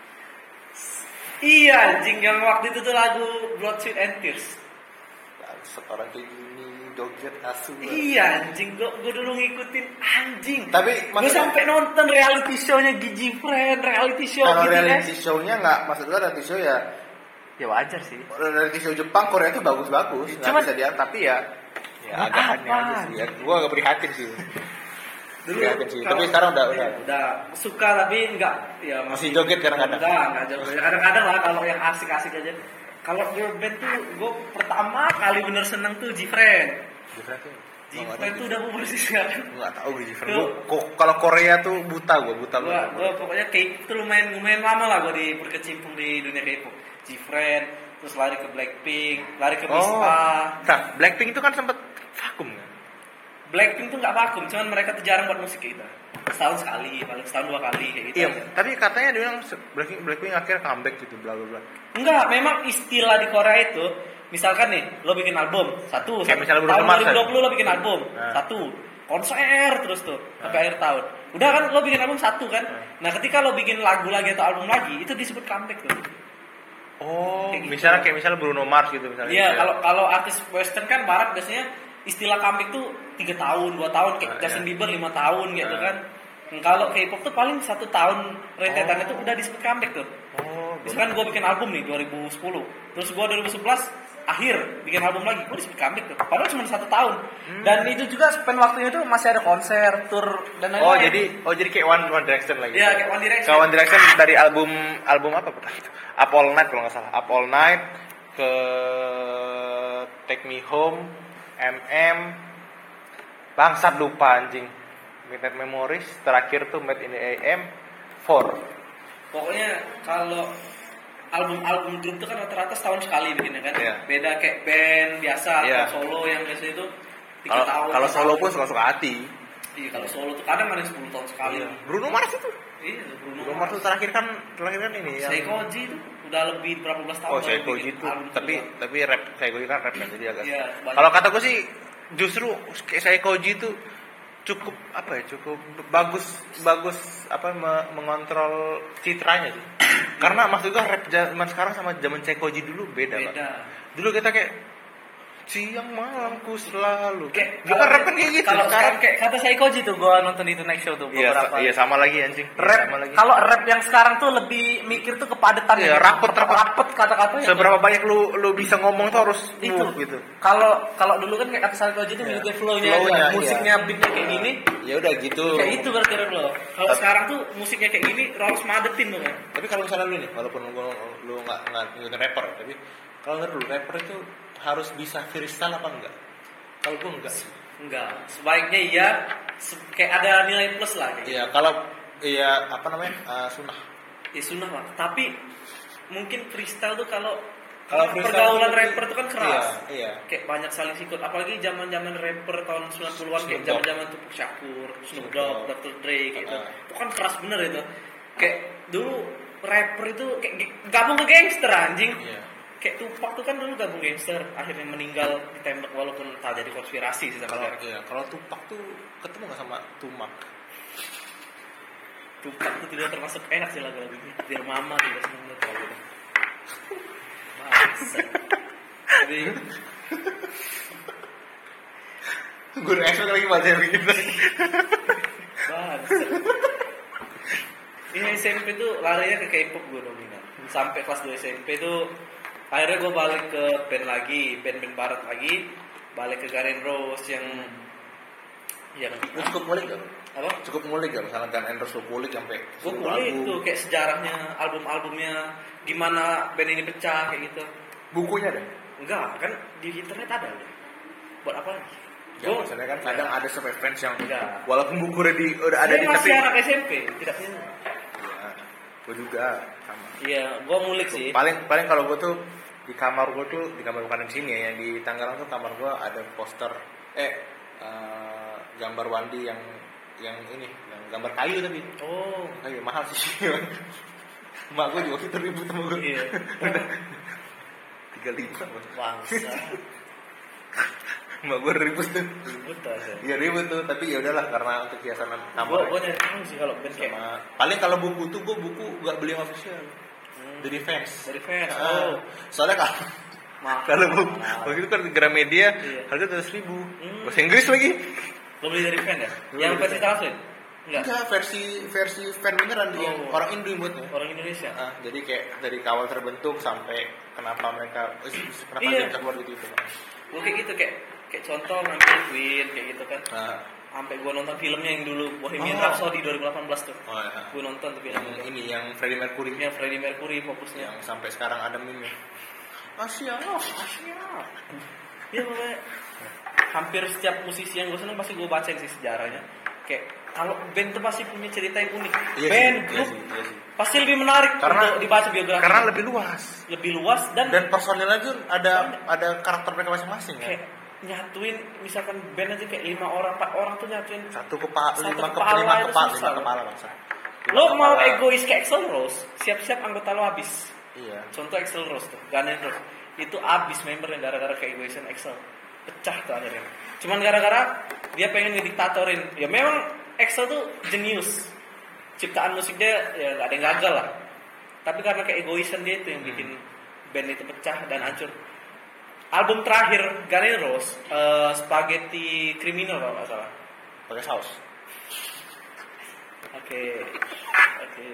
Iya anjing yang waktu itu tuh lagu Blood, Sweat and Tears. Bangsat, orang kayak gini joget asu. Iya anjing gue gue dulu ngikutin anjing. Tapi gue maksudnya- sampai nonton reality show-nya Gigi Friend, reality show Kalau B T S. reality show-nya nggak, maksud gua reality show ya Ya wajar sih. reality show Jepang, Korea itu bagus-bagus, nggak Cuman- bisa dianggap, tapi ya ya Buat agak aneh apa? aja sih. Ya, gua agak prihatin sih. Dulu Prihatin sih. kalau- Tapi sekarang udah udah. udah suka tapi enggak ya Masih joget kadang-kadang. Enggak, enggak joget. Kadang-kadang lah kalau yang asik-asik aja. Kalau girl band tuh gue pertama kali bener seneng tuh G-Friend. Different tuh. G-Friend tuh udah bubar sih sekarang. Nggak tahu gue different. Tuh. Gua kok- kalau Korea tuh buta gua, buta Gue gua. gue pokoknya K-pop tuh lumayan lumayan lama lah gue di berkecimpung di dunia K-pop. G-Friend, terus lari ke Blackpink, lari ke Oh. Mista. Nah, Blackpink itu kan sempet vakum kan? Blackpink tuh nggak vakum, cuman mereka tuh jarang buat musik kayak gitu. Setahun sekali, paling setahun dua kali kayak gitu. Iya, aja. tapi katanya dia bilang se- Blackpink Blackpink akhirnya comeback gitu bla bla bla. Enggak, memang istilah di Korea itu, misalkan nih, lo bikin album satu, Kayak satu misalnya Bruno tahun Mars, dua ribu dua puluh lo bikin album Nah. satu, konser terus tuh sampai akhir tahun. Udah kan lo bikin album satu kan. Nah, ketika lo bikin lagu lagi atau album lagi, itu disebut comeback tuh. Oh, Kayak gitu. misalnya kayak misalnya Bruno Mars gitu misalnya. Iya, gitu ya. kalau kalau artis western kan barat biasanya istilah comeback tuh tiga tahun, dua tahun kayak Ah, Justin iya. Bieber lima tahun gitu Ah. kan. Nah, kalau K-pop tuh paling satu tahun rentetannya Oh. tuh udah disebut comeback tuh. Oh, Misalkan gue bikin album nih dua ribu sepuluh, terus gue dua ribu sebelas akhir bikin album lagi, gue disebut comeback tuh. Padahal cuma satu tahun. Hmm. Dan itu juga spend waktunya tuh masih ada konser, tour dan lain-lain. Oh, jadi oh jadi kayak One One Direction lagi. Iya, kayak One Direction. Kalau One Direction dari album album apa pertama itu? Up All Night kalau nggak salah. Up All Night ke Take Me Home, M M, bangsat lupa anjing. Midnight Memories, terakhir tuh Made in the A M, Four. Pokoknya kalau album-album grup itu kan rata-rata setahun sekali bikinnya kan. Iya. Beda kayak band biasa Iya. atau solo yang biasanya itu tiga Kalau tahun. kalau empat solo tahun. pun suka-suka hati. Iya, kalau solo tuh kadang ada yang sepuluh tahun sekali. Iya. Bruno Mars itu. Iya, tuh Bruno, Bruno Mars tuh terakhir kan terakhir kan ini yang Seikoji itu udah lebih berapa belas tahun. Oh, baru saya bikin gitu. album Tapi kedua. tapi rap saya kan rap kan jadi agak. Iya, banyak. Kalau kata gue sih justru kayak saya Koji itu cukup apa ya cukup bagus bagus apa me- mengontrol citranya sih. Karena maksud gue rap zaman sekarang sama zaman saya Koji dulu beda, Pak. beda. Dulu kita kayak siang malamku selalu. Kayak Bukan rap kan kayak gitu. Kalau sekarang sekarang kayak kata Seikoji tuh gua nonton di Tonight Show tuh iya, beberapa. iya sama lagi anjing. Iya, Rap, sama lagi. kalau rap yang sekarang tuh lebih mikir tuh kepadatan Iya, rapet, rapet. rapet kata-katanya. Seberapa banyak lu lu bisa ngomong tuh harus itu move gitu. Kalau kalau dulu kan kayak kata Seikoji itu Iya. music flow-nya, Flow-nya, aja, musiknya beatnya kayak gini, Iya. ya udah gitu. Kayak itu berarti lo. Kalau Tapi- sekarang tuh musiknya kayak gini, lo harus madetin lo kan. Tapi kalau misalnya lu nih, walaupun lu lu nggak nggak ngikutin rapper, tapi kalau menurut lu rapper itu harus bisa freestyle apa enggak? Kalau gua enggak. Enggak. Sebaiknya iya. Se- kayak ada nilai plus lah kayak. Iya, kalau iya apa namanya? Uh, sunnah. Ya sunnah lah. Tapi mungkin freestyle tuh kalau Kalau karena freestyle pergaulan tuh- rapper tuh kan keras. Iya, iya. Kayak banyak saling sikut. Apalagi zaman-zaman rapper tahun sembilan puluhan kayak Snoop Dogg. zaman-zaman tuh Shakur, Snoop Snoop Dogg, Dogg. dokter Dre gitu. Uh-uh. Itu kan keras bener itu. Kayak dulu rapper itu kayak g- gabung ke gangster anjing. Iya. Kayak Tupac tuh kan dulu gabung gangster, akhirnya meninggal ditembak walaupun tak jadi konspirasi sih sampai Kalau sekarang. iya, kalau Tupac tuh ketemu nggak sama Tumak? Tupac tuh tidak termasuk enak sih lagu-lagunya. Dear Mama tidak seneng banget kalau gitu. Bangsat. Jadi Gue udah expect lagi baca begitu. bangsat. Ini S M P tuh larinya ke K-pop gue dominan. Sampai kelas dua S M P tuh akhirnya gue balik ke band lagi, band-band barat lagi, balik ke Guns N' Roses yang yang Lu cukup ngulik gak? apa? Cukup ngulik gak? Misalnya Guns N' Roses lu kulik sampai Gue sepuluh kulik album. tuh kayak sejarahnya, album-albumnya, gimana band ini pecah kayak gitu. Bukunya deh. Enggak, kan di internet ada udah. Buat apa lagi? Ya, Gua- maksudnya kan kadang ada sampai fans yang Enggak. walaupun buku udah di udah ada Saya di masih tepi. anak S M P, tidak punya. Iya, gue juga sama. Iya, gue ngulik sih. Paling paling kalau gue tuh di kamar gue tuh di kamar bukan di sini ya, yang di Tangerang tuh kamar gue ada poster eh eh, gambar Wandi yang yang ini, yang gambar kayu tapi Oh, kayu mahal sih. Mak gue juga kita ribut sama gue. iya. Tiga lima. Bangsa. Mak gue ribut tuh. Ribut aja. Iya ribut tuh, tapi ya udahlah karena untuk hiasan Gue kamar. gue nyari tahu sih kalau band kayak Sama paling kalau buku tuh gue buku gak beli yang official Hmm. dari fans. Dari fans. Ah, Oh, soalnya kalau mahal. kalau buku waktu itu kan di Gramedia Iya. harga tujuh ribu Hmm. bahasa Inggris lagi. Lo beli dari fan ya? Beli Yang dari versi fan. translate? Enggak. Enggak, versi versi fan beneran yang Oh. orang Indo yang buatnya. Orang Indonesia. Ah, jadi kayak dari kawal terbentuk sampai kenapa mereka eh, kenapa Iya. dia bisa keluar gitu itu. Gue kayak gitu kayak kayak contoh ngambil Queen kayak gitu kan. Nah, Sampai gue nonton filmnya yang dulu Bohemian Oh. Rhapsody dua ribu delapan belas tuh. oh ya. Gue nonton tuh Yang filmnya. ini yang Freddie Mercury Yang Freddie Mercury fokusnya. yang sampai sekarang ada meme. Asia, Asia. Iya pokoknya hampir setiap musisi yang gue seneng pasti gue bacain sih sejarahnya. Kayak kalau band tuh pasti punya cerita yang unik. Iya band, sih, grup iya sih, iya sih. pasti lebih menarik Karena- untuk dibaca biografi. Karena lebih luas. lebih luas dan, Dan personilnya tuh ada ada karakter mereka masing-masing kan. kayak nyatuin misalkan band aja kayak lima orang empat orang tuh nyatuin. Satu kepala, Satu lima kepala kepala, lima itu kepala, susah, lima kepala bangsa. Lima Lo mau kepala. egois kayak Axl Rose, siap-siap anggota lo habis. Iya. Contoh Axl Rose tuh, Guns N' Roses itu habis membernya gara-gara keegoisan Axl, pecah tuh akhirnya. Cuman gara-gara dia pengen ngediktatorin. Ya memang Axl tuh jenius, ciptaan musik dia ya gak ada yang gagal lah. Tapi karena keegoisan dia itu yang bikin band itu pecah dan hancur. Album terakhir Guns N' Roses, uh, Spaghetti Criminal kalau nggak salah. Pakai saus. Oke, oke.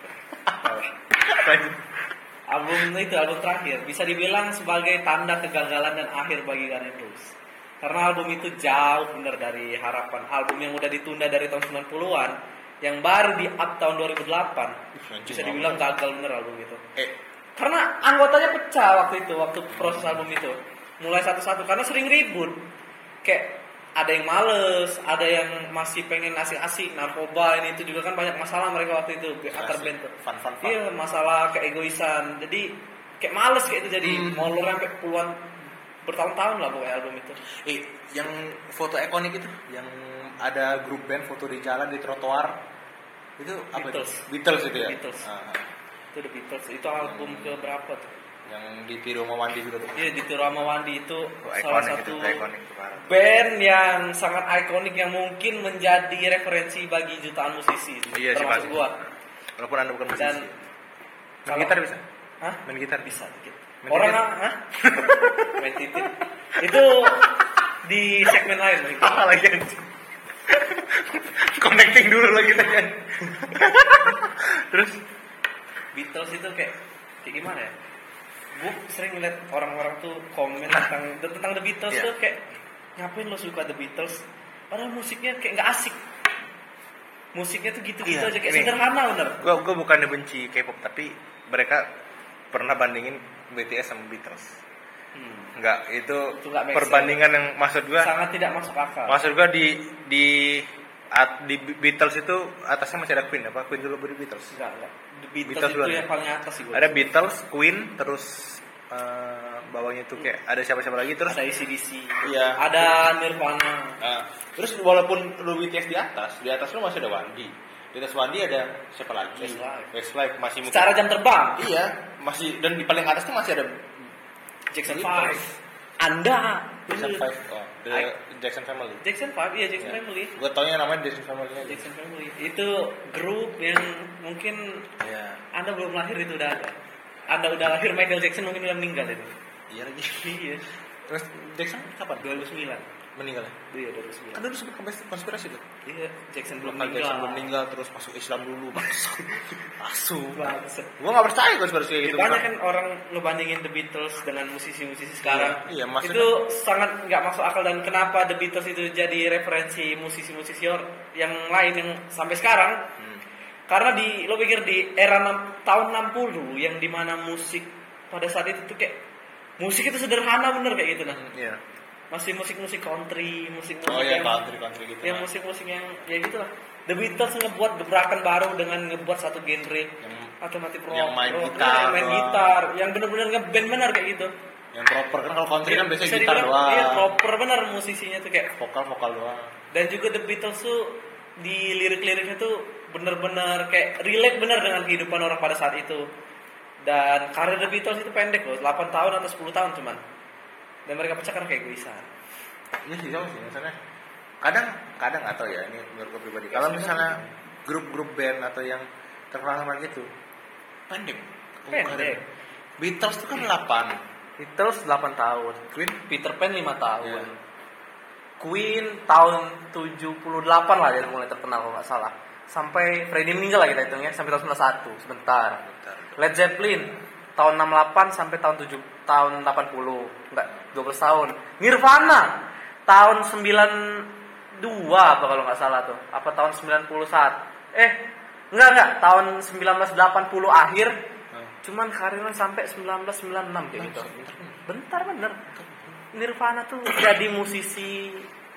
Album itu album terakhir bisa dibilang sebagai tanda kegagalan dan akhir bagi Guns N' Roses. Karena album itu jauh benar dari harapan. Album yang udah ditunda dari tahun sembilan puluhan yang baru di up tahun dua ribu delapan bisa dibilang gagal bener album itu. Eh, Karena anggotanya pecah waktu itu, waktu proses album itu. Mulai satu-satu karena sering ribut. Kayak ada yang males, ada yang masih pengen asik-asik, narkoba ini itu juga kan banyak masalah mereka waktu itu antar asik. band tuh. Fun, fun, fun. Iya, masalah keegoisan. Jadi kayak males kayak itu jadi Hmm. molor sampai puluhan bertahun-tahun lah pokoknya album itu. eh, yang foto ikonik itu, yang ada grup band foto di jalan di trotoar, itu apa Beatles. itu? Beatles itu ya. Beatles. Ah, Itu The Beatles. Itu album ke berapa tuh? yang ditiru sama Wandi juga tuh. Iya, di Tirama Wandi itu Oh, salah ikonik satu itu, ikonik itu parah. band yang sangat ikonik yang mungkin menjadi referensi bagi jutaan musisi, Iya sih, termasuk pasti. gua. Walaupun anda bukan musisi. Dan Main kalau- gitar bisa? Hah? Main gitar Bisa dikit. Main Orang titit? hah? Main titit. Itu di segmen lain. Gitu. Ah, lagi anjing. Connecting dulu lagi kan. Terus Beatles itu kayak kayak gimana ya? Gue sering ngeliat orang-orang tuh komen tentang tentang The Beatles Iya. tuh kayak ngapain lo suka The Beatles? Padahal musiknya kayak nggak asik. musiknya tuh gitu-gitu Iya, aja kayak ini. sederhana bener. Gue gue bukannya benci K-pop, tapi mereka pernah bandingin B T S sama Beatles. Hmm. Enggak, itu, Itu nggak make perbandingan yang maksud gue. Sangat tidak masuk akal. Maksud gue di di at, di Beatles itu atasnya masih ada Queen apa? Queen dulu baru Beatles. Enggak, enggak. The Beatles, Beatles itu dulu yang ada. paling atas sih gua. Ada Beatles, Queen, terus eh, bawahnya itu kayak ada siapa-siapa lagi terus. Ada A C D C. Iya. Ada Nirvana. Nah, terus walaupun lu B T S di atas, di atas lu masih ada Wandi. Di atas Wandi ada siapa lagi? Westlife. Westlife masih mungkin. Secara jam terbang, Iya, masih dan di paling atas tuh masih ada Jackson Beatles. Five. Anda. Jackson Five, oh, the I- Jackson Family. Jackson Five, iya Jackson Ya. Family. Gue taunya namanya Jackson Family aja. Jackson Family. Itu grup yang mungkin Iya. Anda belum lahir itu udah ada. Anda udah lahir Michael Jackson mungkin udah meninggal itu. Iya lagi. Iya. Terus Jackson kapan? dua ribu sembilan. Meninggal ya? Iya, dua ribu sembilan. Kan dulu sempat konspirasi tuh. Iya, Jackson belum Michael meninggal. Jackson belum meninggal terus masuk Islam dulu. Masuk. Bangsat. Gue gak percaya konspirasi kayak gitu. Banyak kan orang ngebandingin The Beatles dengan musisi-musisi sekarang. Iya, iya, maksudnya- itu sangat nggak masuk akal. Dan kenapa The Beatles itu jadi referensi musisi-musisi or- yang lain yang sampai sekarang? Hmm. Karena di lo pikir di era enam- tahun enam puluh yang dimana musik pada saat itu tuh kayak musik itu sederhana bener kayak gitu nah. Iya. Masih musik-musik country, musik-musik Oh iya, yang country-country gitu. yang nah. musik-musik yang ya gitu lah. The Beatles ngebuat gebrakan baru dengan ngebuat satu genre Yang- alternatif rock, yang main rock, gitar yang main doang. gitar, yang bener-bener ngeband bener kayak gitu. Yang proper kan kalau country kan biasanya Bisa gitar dibilang, doang. iya proper bener musisinya tuh kayak. Vokal-vokal doang. Dan juga The Beatles tuh di lirik-liriknya tuh bener-bener kayak relate bener dengan kehidupan orang pada saat itu. Dan karir The Beatles itu pendek loh, delapan tahun atau sepuluh tahun cuman. Dan mereka pecah karena keegoisan. Iya sih sama sih misalnya. Kadang kadang nggak tahu ya ini menurut gue pribadi. Kalau misalnya grup-grup band atau yang terkenal sama gitu pendek. Pendek. Beatles itu kan delapan. Beatles delapan tahun. Queen Peter Pan lima tahun. Iya. Queen tahun tujuh puluh delapan lah dia mulai terkenal kalau nggak salah. Sampai Freddie meninggal lah kita hitungnya sampai tahun sembilan puluh satu sebentar. Bentar. Led Zeppelin tahun enam puluh delapan sampai tahun tujuh tahun delapan puluh. Enggak, dua belas tahun. Nirvana tahun sembilan puluh dua apa kalau nggak salah tuh. Apa tahun sembilan puluh satu. Eh, enggak enggak, tahun seribu sembilan ratus delapan puluh akhir. Hmm. Cuman karirnya sampai seribu sembilan ratus sembilan puluh enam kayak gitu. Bentar bener. Nirvana tuh jadi musisi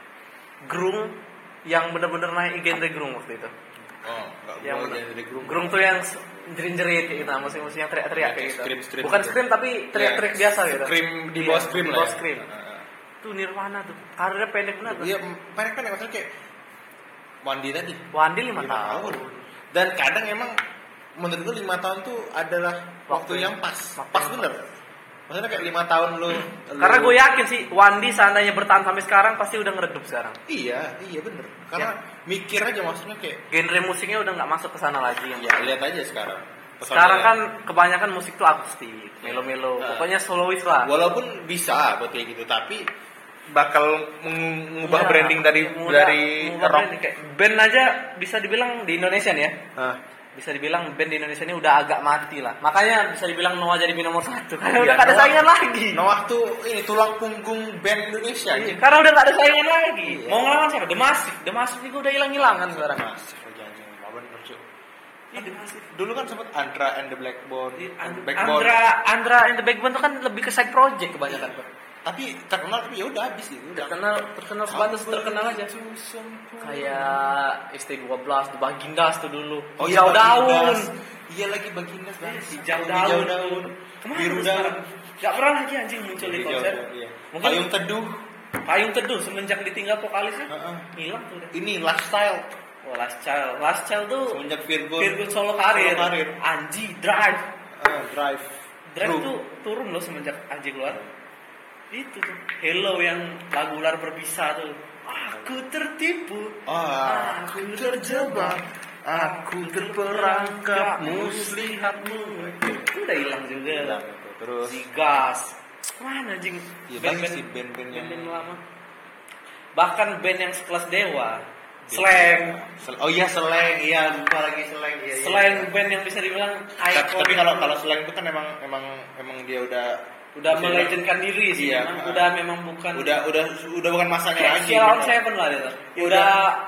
grung yang bener-bener naik genre grung waktu itu. Oh, enggak Yang gua bener. jadi dari grup. Grung tuh yang jerit-jerit kayak gitu, musik-musik yang teriak-teriak Ya, kayak gitu. scream, scream Bukan gitu. scream tapi teriak-teriak Iya, biasa gitu. Scream di Iya, bawah scream di lah. bawah ya. scream. Heeh. Tuh Nirvana tuh. Karirnya pendek bener tuh. Iya, pendek-pendek maksudnya kayak Wandi tadi. Wandi lima Lima tahun. Dan kadang emang menurut gue lima tahun tuh adalah waktu, Waktu yang yang- pas. waktu Pas yang bener. Maksudnya kayak lima tahun lu. Karena lu- gue yakin sih Wandi seandainya bertahan sampai sekarang pasti udah ngeredup sekarang. Iya, iya bener. Karena mikir aja maksudnya kayak Genre musiknya udah nggak masuk ke sana lagi. ya lihat aja sekarang. Sekarang Personalnya. kan kebanyakan musik tuh akustik, melo-melo. Nah. Pokoknya solois lah. Walaupun bisa buat kayak gitu, tapi bakal mengubah Iya, branding dari mengubah- dari mengubah rock. branding. Kayak band aja bisa dibilang di Indonesia nih ya. Hah. Bisa dibilang band di Indonesia ini udah agak mati lah. Makanya bisa dibilang Noah jadi band nomor satu. Karena Iya, udah gak ada Noah- saingan lagi. Noah tuh ini tulang punggung band Indonesia. Iya, karena udah gak ada saingan lagi. Iya. Mau ngelawan siapa? The Massive. The Massive juga udah hilang-hilangan sekarang. Masih aja anjing, lawan lucu. Iya, The Massive. Dulu kan sempat Andra and the Blackbone, Iya, And- Backbone. Andra Andra and the Backbone tuh kan lebih ke side project kebanyakan tuh. Tapi terkenal tapi ya udah habis gitu. Udah. Terkenal terkenal sebatas terkenal aja. Kayak S T dua belas, The Bagindas tuh dulu. Oh Hijau iya, daun. Bagindas. Iya lagi Bagindas banget. Hijau Hijau daun. daun. Kemana Biru tuh daun. sekarang? Gak pernah lagi anjing muncul di Hijau konser. daun, iya. Mungkin Payung teduh. Payung teduh semenjak ditinggal vokalisnya Heeh. hilang tuh udah. Ini lifestyle. Oh, Last Child. Last Child tuh Semenjak Virgo. Virgo solo karir. Solo karir. Anji Drive. Ah, drive. Drive True. tuh turun loh semenjak Anji keluar. Itu tuh Hello yang lagu ular berbisa tuh. Aku tertipu. Ah, aku terjebak. Aku terperangkap muslihatmu. Itu udah hilang juga. Hilang itu. Terus Zigas. Mana anjing? ya banyak sih band-band yang band-band lama. Bahkan band yang sekelas Dewa, Slang, Sel- Oh iya Slang, iya lupa lagi Slang. Iya, iya. Slang band yang bisa dibilang Ta- icon. Tapi kalau kalau Slang itu kan emang emang emang dia udah udah bisa melegendkan diri sih, Iya. memang. Udah memang bukan udah udah udah bukan masanya kayak lagi. Sheila on gitu. Seven lah dia. Ya, Udah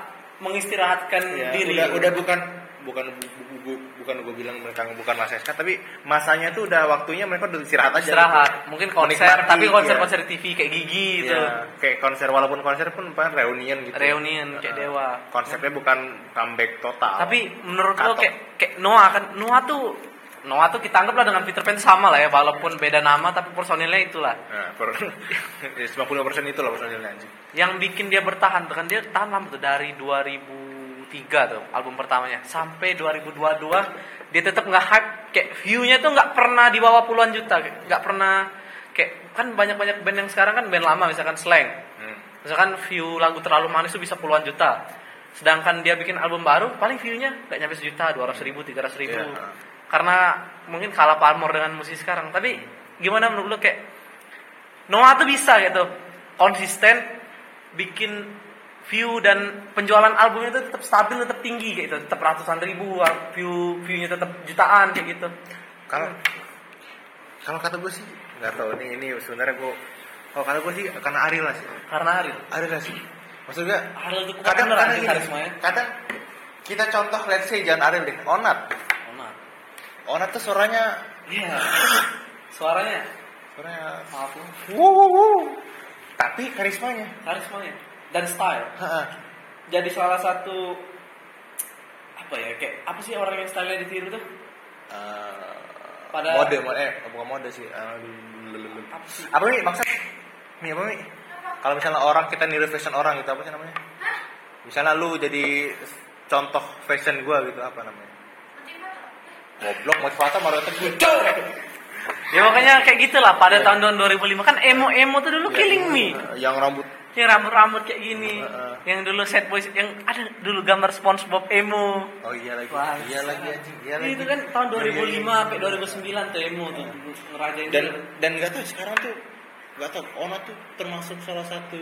mengistirahatkan Ya, diri. udah udah bukan bukan bu- bu- bukan gue bilang mereka bukan masa S K, tapi masanya tuh udah waktunya mereka udah istirahat aja. Istirahat, gitu. mungkin konser, Menikmati, tapi konser iya. konser T V kayak Gigi gitu. Iya, kayak konser walaupun konser pun apa reunian gitu. Reunian kayak Uh, Dewa. Konsepnya bukan comeback total. Tapi menurut lo Atau- kayak kayak Noah kan, Noah tuh Noah tuh kita anggaplah dengan Peter Pan sama lah ya, walaupun beda nama tapi personilnya itulah. nah, per sembilan puluh persen itu lah personilnya anjing. Yang bikin dia bertahan tuh kan dia tahan lama tuh dari dua ribu tiga tuh album pertamanya sampai dua ribu dua puluh dua dia tetap nggak hype, kayak view-nya tuh nggak pernah di bawah puluhan juta, nggak pernah kayak kan banyak-banyak band yang sekarang kan band lama misalkan Slang, Hmm. misalkan view lagu Terlalu Manis tuh bisa puluhan juta, sedangkan dia bikin album baru paling view-nya nggak nyampe sejuta, dua ratus ribu, tiga ratus ribu, Yeah. karena mungkin kalah pamor dengan musik sekarang. Tapi gimana menurut lo kayak Noah tuh bisa gitu konsisten bikin view dan penjualan albumnya itu tetap stabil, tetap tinggi kayak gitu, tetap ratusan ribu, view viewnya tetap jutaan kayak gitu. Kalau kalau kata gue sih nggak tahu ini ini sebenarnya gue kalau kata gue sih karena Ariel lah sih. Karena Ariel, Ariel lah sih. Maksudnya Ariel itu kadang bener kadang anjing gini, karismanya. kadang kita contoh let's say jangan Ariel deh, Onat. Oh, nah. Onat tuh suaranya Iya. Suaranya, suaranya maaf lo, wow, wow, wow. Tapi karismanya. karismanya dan style. Ha-ha. Jadi salah satu apa ya kayak apa sih orang yang style-nya ditiru tuh? Eh, Pada- mode, mode eh bukan mode sih. Eh, lululul. Apa sih? Apa nih maksud? Mi apa mi? Kalau misalnya orang kita niru fashion orang gitu apa sih namanya? Misalnya lu jadi contoh fashion gua gitu apa namanya? Goblok motivator motivator gue. Ya makanya kayak gitulah pada tahun dua ribu lima kan emo-emo tuh dulu Killing Me. Yang rambut Yang rambut-rambut kayak gini. Heeh. Yang dulu Sad Boys yang ada dulu gambar SpongeBob emo. oh iya lagi. Wah, Iya lagi anjing. Iya lagi. Itu kan tahun dua ribu lima Iya, iya, sampai iya. dua ribu sembilan tuh emo tuh ngerajain Dan dulu. dan enggak tahu sekarang tuh enggak tahu Ona tuh termasuk salah satu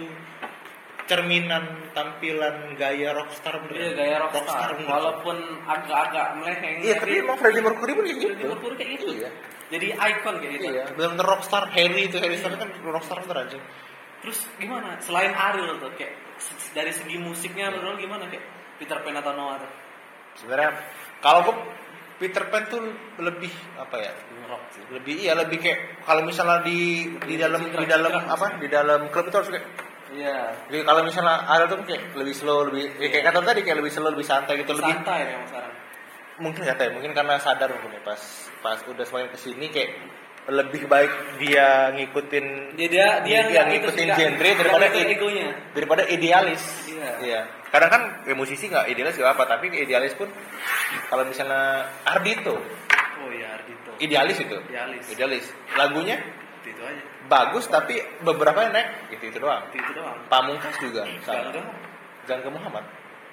cerminan tampilan gaya rockstar bener. Iya gaya rockstar, bener. walaupun agak-agak meleheng. Iya, tapi emang Freddie Mercury pun kayak gitu. Freddie Mercury kayak gitu. Iya. Jadi ikon kayak gitu. Iya, benar-benar rockstar. Harry itu Harry Styles kan rockstar bener anjing. Terus gimana? Selain Ariel tuh kayak se- dari segi musiknya menurut lo gimana kayak Peter Pan atau Noah tuh? Sebenarnya kalau gue Peter Pan tuh lebih apa ya? Rock sih. Lebih iya lebih kayak kalau misalnya di di dalam di dalam apa? Di dalam klub itu harus kayak Iya. jadi kalau misalnya Ariel tuh kayak lebih slow, lebih ya kayak kata tadi kayak lebih slow, lebih santai gitu, lebih Santai memang sekarang. mungkin nggak tahu ya, mungkin karena sadar mungkin ya pas pas udah semakin kesini kayak lebih baik dia ngikutin Dia dia dia dia nggak ngikutin nggak- genre nggak daripada ngikutin i- egonya. daripada idealis. Iya. Iya. Kadang kan ya, musisi nggak idealis gak apa, tapi idealis pun kalau misalnya Ardito Oh iya Ardito. idealis itu. Idealis. Idealis. Lagunya Itu aja. bagus tapi beberapa yang naik itu itu doang. Itu, itu doang. Pamungkas juga sama. Gangga. Gangga Muhammad.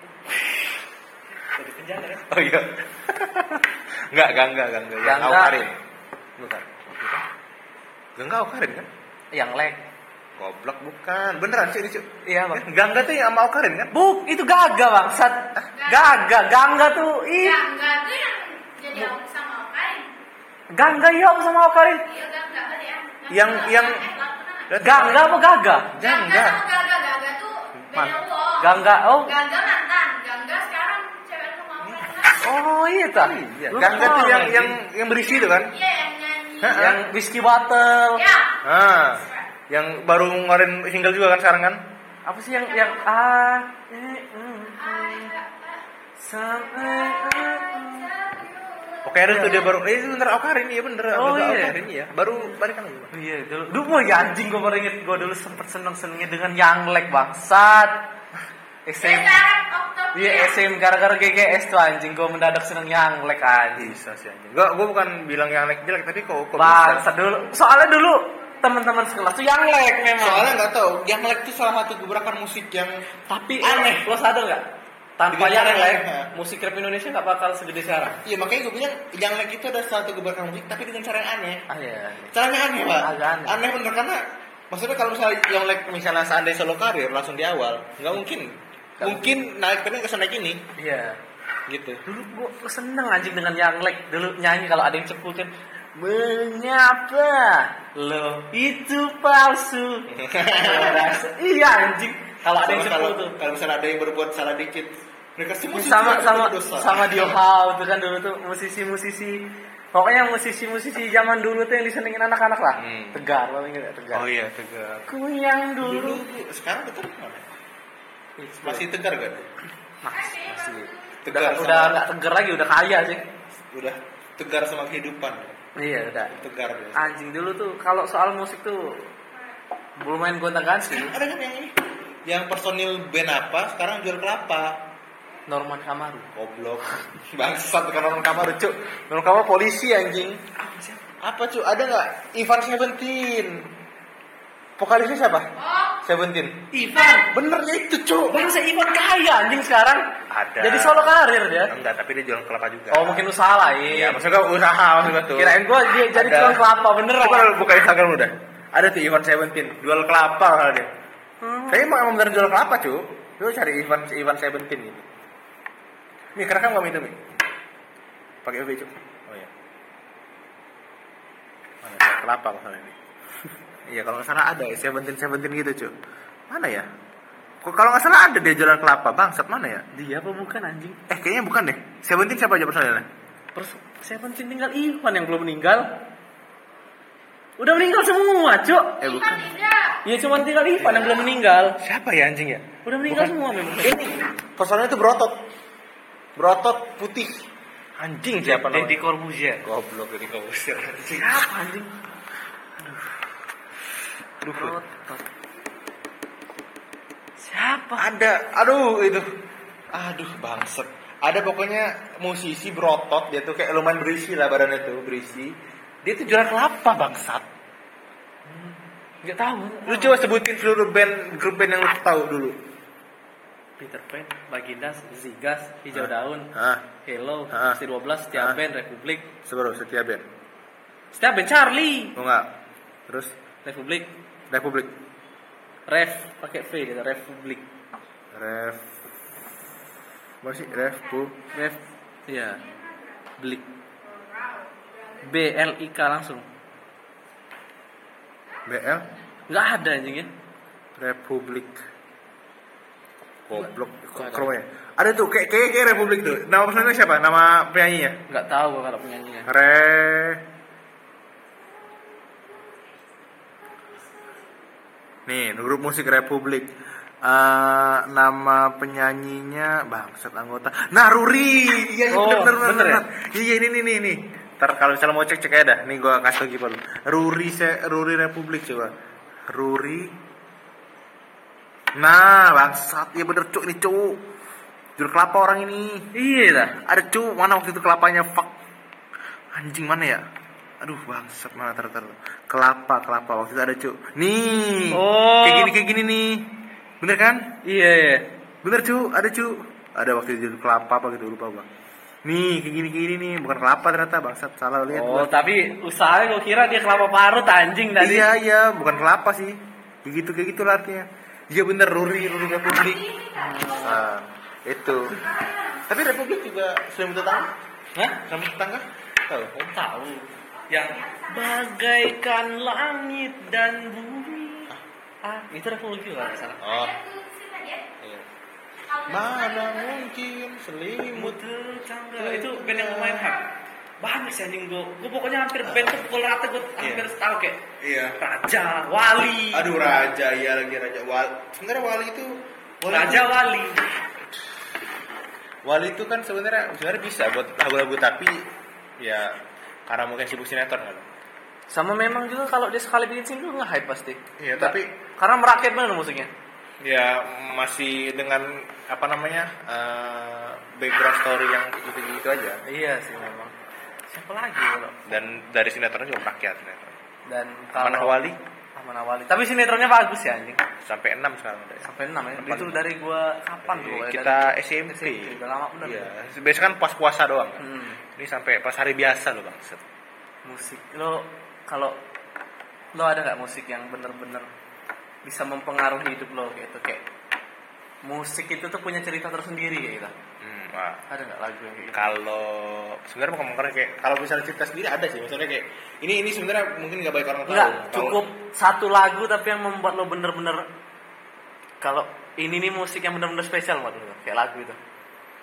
Jadi penjara kan? Oh iya. Enggak, Gangga, Gangga. Yang Gangga. Aukarin. Bukan. Bukan. Gangga Aukarin kan? Yang leg. Goblok bukan. Beneran sih ini, Cuk. Iya bang. Gangga tuh yang sama Aukarin kan? Buk, itu Gaga bangsat. Gaga, Gangga tuh. Ih, Ya, enggak tuh yang jadi aku sama Okarin. Gangga iya sama Okarin. Iya, enggak enggak kali ya. Yang- yang- Eh, lakukan apa? Gangga apa Gaga? Gangga. sama Gaga, Gaga tuh beda Man. uang. Gangga, oh. Gangga mantan, Gangga sekarang cewek lu mau kan? Oh iya tak. Iya. Gangga tuh yang yang yang berisi itu kan? Iya, yang nyanyi. Hah? Yang Whiskey Bottle. Ya. Ah. Yang baru ngeluarin single juga kan sekarang kan? Apa sih yang yang ah eh, mm, I- sampai Oke, ada tuh dia baru. Eh, itu bener Aukarin, iya bener. Oh, Gangga iya. Aukarin, iya. Baru balikan lagi. Bang. Iya, dulu, dulu mau ya anjing gue baru inget gue dulu sempet seneng-senengnya dengan Young Leg bangsat. S M, Sekarang Oktober. iya S M gara-gara G G S tuh anjing gue mendadak seneng Young Leg anjing. Bisa sih anjing. Gua gua bukan bilang yang jelek jelek tapi kok kok Bangsat dulu, soalnya dulu teman-teman sekelas tuh Young Leg memang. Soalnya nggak tahu, yang like itu salah satu gebrakan musik yang tapi aneh. lo sadar nggak? Tanpa Dengan Young Young Leg, Leg, musik rap Indonesia nggak bakal segede sekarang. iya makanya gue bilang yang like itu ada satu gebrakan musik tapi dengan cara yang aneh. Ah iya. Caranya aneh pak. Agak aneh. bener karena maksudnya kalau misalnya yang like misalnya seandainya solo karir langsung di awal nggak mungkin. Mungkin naik tapi nggak naik ini Iya. gitu. Dulu gue seneng anjing dengan Young Leg. Dulu nyanyi kalau ada yang cepul kan, mengapa lo itu palsu? Merasa- iya anjing. Kalau ada yang Kalau cepul tuh. kalau misalnya ada yang berbuat salah dikit Mereka semua sama sama dosa. sama Dio Hao itu kan dulu tuh musisi-musisi. Pokoknya musisi-musisi zaman dulu tuh yang disenengin anak-anak lah. Hmm. Tegar, lo ingat gak Tegar? Oh iya, Tegar. Ku yang Dulu, dulu. sekarang betul mana? Masih Tegar gak? Masih, masih. Tegar Udah sama- udah nggak tegar lagi, udah kaya sih. Udah tegar sama kehidupan. Iya, udah. Tegar ya. Anjing dulu tuh kalau soal musik tuh belum main gonta-ganti. Ada kan yang ini? Yang personil band apa sekarang jual kelapa. Norman Kamaru. Goblok. Bangsat kan orang kamar, Cuk. Orang kamar polisi anjing. Apa, Cuk? Ada enggak Ivan Seventeen? Vokalisnya siapa? Oh, Seventeen. Ivan. Benernya itu, Cuk. Bangsa Ivan kaya anjing sekarang. Ada. Jadi solo karir dia. Enggak, tapi dia jualan kelapa juga. Oh, mungkin usaha lain. Iya, maksudnya usaha maksudnya tuh. Kirain gua dia jadi Ada. tukang kelapa beneran. Coba lu buka Instagram udah. Ada tuh Ivan Seventeen, jual kelapa kalau dia. Hmm. Kayaknya emang bener jual kelapa, Cuk. Lu cari Ivan Ivan Seventeen gitu. Mi, kerekam kamu itu, Mi? Pakai U V, Cuk. Oh iya. Mana jual kelapa masalah ini? Iya, kalau nggak salah ada ya, Seventeen Seventeen gitu, Cuk. Mana ya? Kok kalau nggak salah ada dia jualan kelapa, bangsat mana ya? Dia apa bukan anjing? Eh, kayaknya bukan deh. Seventeen siapa aja personilnya? Terus Seventeen tinggal Ivan yang belum meninggal. Udah meninggal semua, Cuk. Eh, bukan. Ivan Indra. Ya cuma tinggal Ivan yang belum meninggal. Siapa ya anjing ya? Udah meninggal Bukan. semua memang. Ini personilnya itu berotot. Berotot putih. Anjing siapa namanya? Deddy Corbuzier. Goblok Deddy Corbuzier. Siapa anjing? Aduh. Rotot. Siapa? Ada, aduh itu. Aduh bangset. Ada pokoknya musisi berotot, dia tuh kayak lumayan berisi lah badannya tuh, berisi. Dia tuh jualan kelapa bangsat. Enggak tahu. Lu coba sebutin seluruh band, grup band yang lu tahu dulu. Peter Pan, Baginda, Zigas, Hijau Hah? Daun, Ah, Hello, Hah? Steel dua belas, Setiap Hah? Band, Republik. sebaru setia band. Setiap Band Charlie. Oh enggak. Terus Republik. Republik. Ref pakai V gitu, Republik. Ref. Masih Ref Bu. Ref. Iya. Blik. B L I K langsung. B L Enggak ada anjing ya. Republik. Goblok. Nggak ada. Kok ya? Ada tuh kayak kayak kayak Republik tuh. Nama personilnya siapa? Nama penyanyinya? Enggak tahu gua kalau penyanyinya. Re Nih, grup musik Republik. Eh, nama penyanyinya bangsat anggota Naruri. Iya, Oh, bener, bener, bener ya? Iya, ini nih nih nih. Ntar kalau misalnya mau cek cek aja dah. Nih gua kasih lagi Pak. Ruri se Ruri Republik coba. Ruri. Nah, bangsat. Iya bener cuk ini cuk. Jual kelapa orang ini. Iya dah. Ada cu, mana waktu itu kelapanya fuck. Anjing mana ya? Aduh bangsat mana ter ter. Kelapa, kelapa waktu itu ada cu. Nih. Oh. Kayak gini kayak gini nih. Bener kan? Iya iya. Bener cu, ada cu. Ada waktu itu kelapa apa gitu lupa gua. Nih, kayak gini kayak gini nih, bukan kelapa ternyata bangsat, salah lihat Oh, gua. tapi usahanya gua kira dia kelapa parut anjing tadi. Iya, iya, bukan kelapa sih. Kayak gitu kayak gitu lah artinya. Iya bener Ruri, Ruri Republik. Nah, itu. Tapi Republik juga sering tetangga. Hah? Sama tetangga? Tahu? Om tahu. Yang bagaikan langit dan bumi. Ah, itu Republik juga nggak salah. Oh. Ada tuh siapa dia? Iya. Alvin Mana Alvin. mungkin selimut. Tetangga itu band yang lumayan hype. Banyak sih anjing gua. Gua pokoknya hampir band tuh pukul rata gua hampir tahu kayak Iya. Raja, Wali. Aduh Raja, iya lagi Raja. Wali. Sebenarnya Wali itu Wali Raja itu- Wali. Wali itu kan sebenarnya sebenarnya bisa buat lagu-lagu tapi ya karena mungkin sibuk sinetron kan. Sama memang juga kalau dia sekali bikin single nge-hype pasti. Iya, tapi Karena merakyat bener musiknya. ya masih dengan apa namanya eh, background story yang gitu-gitu aja. Iya sih memang. Siapa lagi kalau? Dan dari sinetron juga rakyat sinetron. Dan Mana kalau Wali Amanah Wali. Tapi sinetronnya bagus ya anjing. sampai enam sekarang udah. Sampai enam ya. Depan. Itu dari gua kapan tuh? Iya, ya? kita Dari S M P. S M P, udah lama bener. Iya, biasanya kan pas puasa doang kan. Hmm. Ini sampai pas hari biasa loh, Bang. Set. Musik. Lo kalau lo ada nggak musik yang bener-bener bisa mempengaruhi hidup lo kayak itu kayak musik itu tuh punya cerita tersendiri kayak gitu. Hmm, wah. Ada nggak lagu yang kayak gitu? Kalau sebenarnya mau ngomong kayak kalau misalnya cerita sendiri ada sih, misalnya kayak ini ini sebenarnya mungkin nggak banyak orang tahu. Enggak, Kalau- cukup satu lagu tapi yang membuat lo bener-bener kalau ini nih musik yang bener-bener spesial buat lo kayak lagu itu.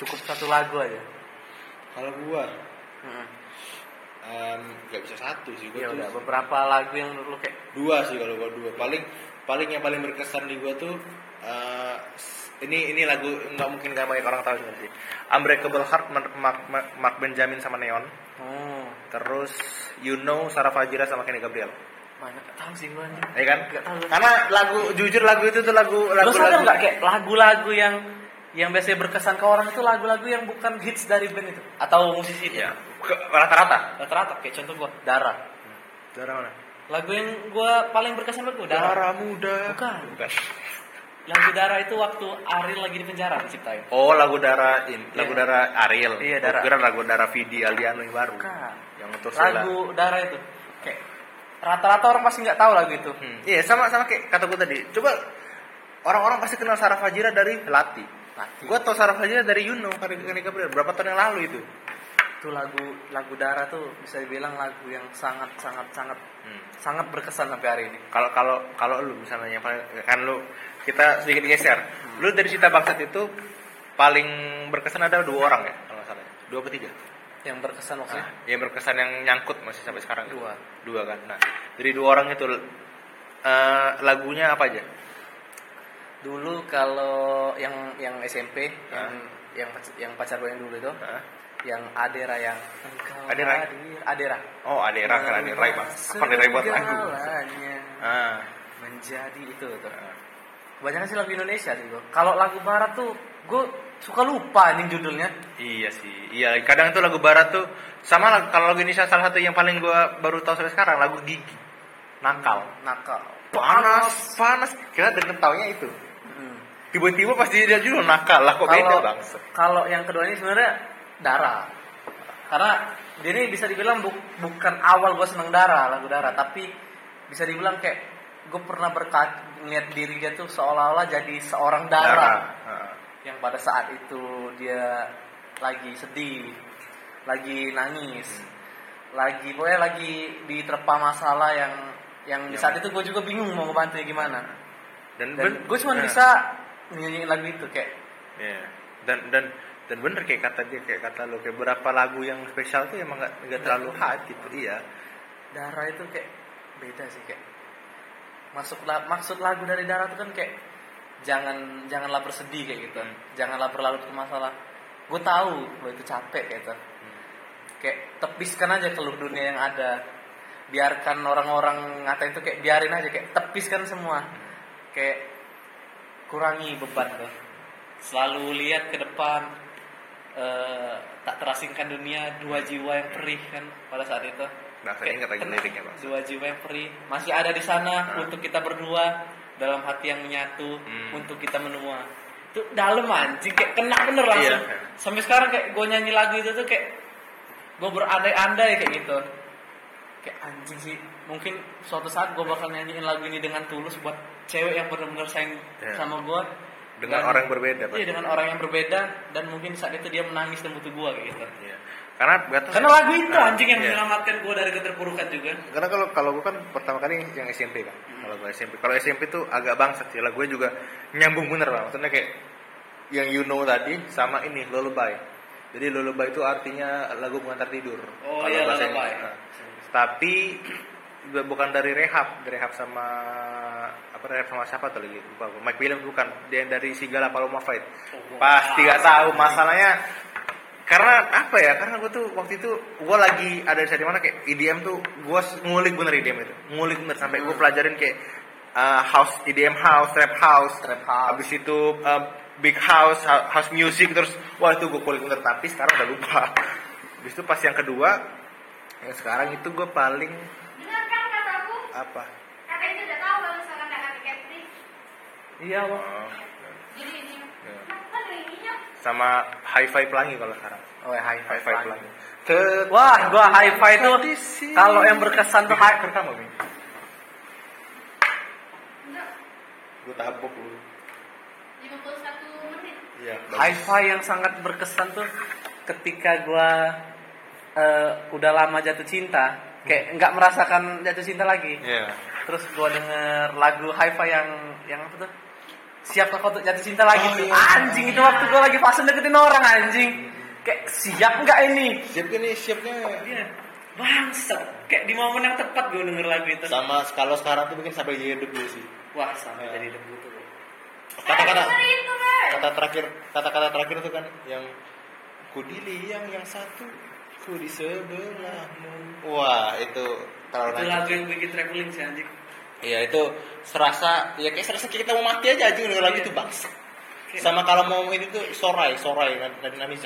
Cukup satu lagu aja. Kalau gua Heeh. em, nggak bisa satu sih, gua Ya tuh udah beberapa lagu yang menurut lu kayak dua sih kalau gua dua. Paling paling yang paling berkesan di gua tuh eh, ini ini lagu nggak mungkin gak banyak orang tahu juga sih. Unbreakable Heart Mark, Mark, Mark Benjamin sama Neon. oh, Terus You Know Sarah Fajira sama Kenny Gabriel. banyak gak tahu sih gua anjing. Ya kan? Nggak tahu. Karena lagu jujur lagu itu tuh lagu Lu lagu sadar lagu nggak kayak lagu-lagu yang yang biasanya berkesan ke orang itu lagu-lagu yang bukan hits dari band itu atau musisi itu? ya ke- rata-rata. Rata-rata kayak contoh gua Dara. Darah mana? Lagu yang gua paling berkesan buat gua Dara. Darah muda. Bukan. Bukan. Lagu Dara itu waktu Ariel lagi di penjara diciptain. Oh, lagu Dara in, lagu Iya. Dara Ariel. Iya, Dara. Oh, kira lagu Dara Vidi Aldiano yang baru. Bukan. Yang untuk Sela. Lagu Dara itu kayak rata-rata orang pasti nggak tahu lagu itu. Hmm. Iya, sama sama kayak kata gue tadi. Coba orang-orang pasti kenal Sarah Fajira dari Lati. Lati. Gue tau Sarah Fajira dari Yuno, Kenny Gabriel. Berapa tahun yang lalu itu? Itu lagu lagu Dara tuh bisa dibilang lagu yang sangat sangat sangat Hmm. sangat berkesan sampai hari ini. Kalau kalau kalau lu misalnya yang paling kan lu kita sedikit geser. Lu dari Cita Bangsat itu paling berkesan ada dua orang ya kalau nggak salah. Dua atau tiga? Yang berkesan maksudnya Nah, yang berkesan yang nyangkut masih sampai sekarang itu. Dua. Dua kan. Nah, dari dua orang itu eh, lagunya apa aja? dulu kalau yang yang S M P Ah. yang yang pac- yang pacar gue yang dulu itu Hah? yang Adera yang engkau Adera? hadir Adera Oh, Adera kan Adera Rai, Bang. Apa Adera buat lagu? Segalanya Ah. menjadi itu tuh. Kebanyakan sih lagu Indonesia sih gue. Kalau lagu barat tuh gue suka lupa anjing judulnya. Iya sih. Iya, kadang tuh lagu barat tuh sama lagu, kalau lagu Indonesia salah satu yang paling gua baru tahu sampai sekarang lagu Gigi. Nakal. Nakal. Panas, panas. Kita denger taunya itu. Hmm. Tiba-tiba pas dia judul nakal lah kok beda, Kalau Bang. kalau yang kedua ini sebenarnya Dara. Karena dia ini bisa dibilang bu- bukan awal gue seneng Dara, lagu Dara, tapi bisa dibilang kayak gue pernah berkat ngeliat diri dia tuh seolah-olah jadi seorang Dara. Heeh. Yang pada saat itu dia lagi sedih, lagi nangis, lagi pokoknya lagi diterpa masalah yang yang di saat itu gue juga bingung mau ngebantunya gimana. Dan, Dan ben- gue cuma nah, bisa nyanyiin lagu itu kayak iya. Dan dan dan bener kayak kata dia kayak kata lo kayak beberapa lagu yang spesial tuh emang nggak nggak terlalu hype gitu. Iya. Dara itu kayak beda sih kayak masuk la- maksud lagu dari Dara itu kan kayak jangan janganlah bersedih kayak gitu, janganlah berlarut ke masalah. Gue tahu lo itu capek kayak gitu. Kayak tepiskan aja keluh dunia yang ada, biarkan orang-orang ngatain itu kayak biarin aja kayak tepiskan semua, kayak kurangi beban tuh. Selalu lihat ke depan, eh, tak terasingkan dunia, dua jiwa yang perih kan pada saat itu. Nah, saya Kayak ingat lagi kena, liriknya, Bang. dua jiwa yang perih masih ada di sana untuk kita berdua dalam hati yang menyatu Hmm. untuk kita menua. Itu dalam anjing kayak kena bener langsung. Iya. Sampai sekarang kayak gue nyanyi lagu itu tuh kayak gue berandai-andai kayak gitu. Kayak anjing sih. Mungkin suatu saat gue bakal nyanyiin lagu ini dengan tulus buat cewek yang benar-benar sayang Iya. sama gue. Dengan orang yang berbeda, Pak. Iya, dengan orang yang berbeda dan mungkin saat itu dia menangis dan butuh gue kayak gitu. Iya. Karena gak tahu- Karena lagu itu Nah, anjing yang iya. menyelamatkan gue dari keterpurukan juga. Karena kalau kalau gue kan pertama kali yang S M P kan. Kalau gue S M P, kalau S M P tuh agak bangsat sih. Lagu gue juga nyambung bener lah. Maksudnya kayak yang You Know tadi sama ini Lullaby. Jadi Lullaby itu artinya lagu pengantar tidur. Oh, Kalau iya, bahasa Lullaby. Inggris. Nah, tapi juga bukan dari Rehab, dari Rehab sama apa Rehab sama siapa tuh lagi? Lupa gue. Mike Williams bukan. Dia yang dari Sigala Paloma Fight. Oh, Pasti gak tahu masalahnya. Karena apa ya? Karena gue tuh waktu itu gue lagi ada di mana kayak E D M tuh gue ngulik bener E D M itu, ngulik bener sampai gue pelajarin kayak uh, house E D M house, trap house, Trap house. abis itu uh, big house, hou- house music terus wah itu gue kulik bener tapi sekarang udah lupa. Abis itu pas yang kedua, yang sekarang itu gue paling Dengar kan kataku? apa? Kakak itu udah tahu kalau misalkan kakak tiket free. Iya, Bang. Oh, Jadi ini. Ya. Kan ininya. sama Hi-Fi Pelangi kalau sekarang. Oh ya, high five. Hi-Fi Pelangi. Tet- Wah, gua hi-fi tuh Di sini. kalau yang berkesan tuh high pertama, Bing. Enggak. Gue tabok lu. lima puluh satu menit. Iya. hi-fi yang sangat berkesan tuh ketika gua eh, udah lama jatuh cinta, kayak nggak merasakan jatuh cinta lagi. Iya. Terus gua denger lagu hi-fi yang yang apa tuh? siapkah kau untuk jatuh cinta lagi Oh, tuh. iya. Anjing itu waktu gue lagi fase deketin orang anjing. Kayak siap nggak ini? Siap nih, siapnya. Iya. Bangsat. Kayak di momen yang tepat gue denger lagu itu. Sama kalau sekarang tuh mungkin sampai jadi debu sih. Wah, sampai Iya. jadi debu tuh. Kata-kata Eh, itu, Ber. kata terakhir kata-kata terakhir itu kan yang ku diliang yang satu ku di sebelahmu. Wah, itu kalau Itu nangis. lagu yang bikin traveling sih anjing. Iya, itu serasa ya kayak serasa kita mau mati aja anjing denger lagu Iya. itu bangsa. Kayak- Sama kalau mau ini tuh Sorai, Sorai dari Namisa.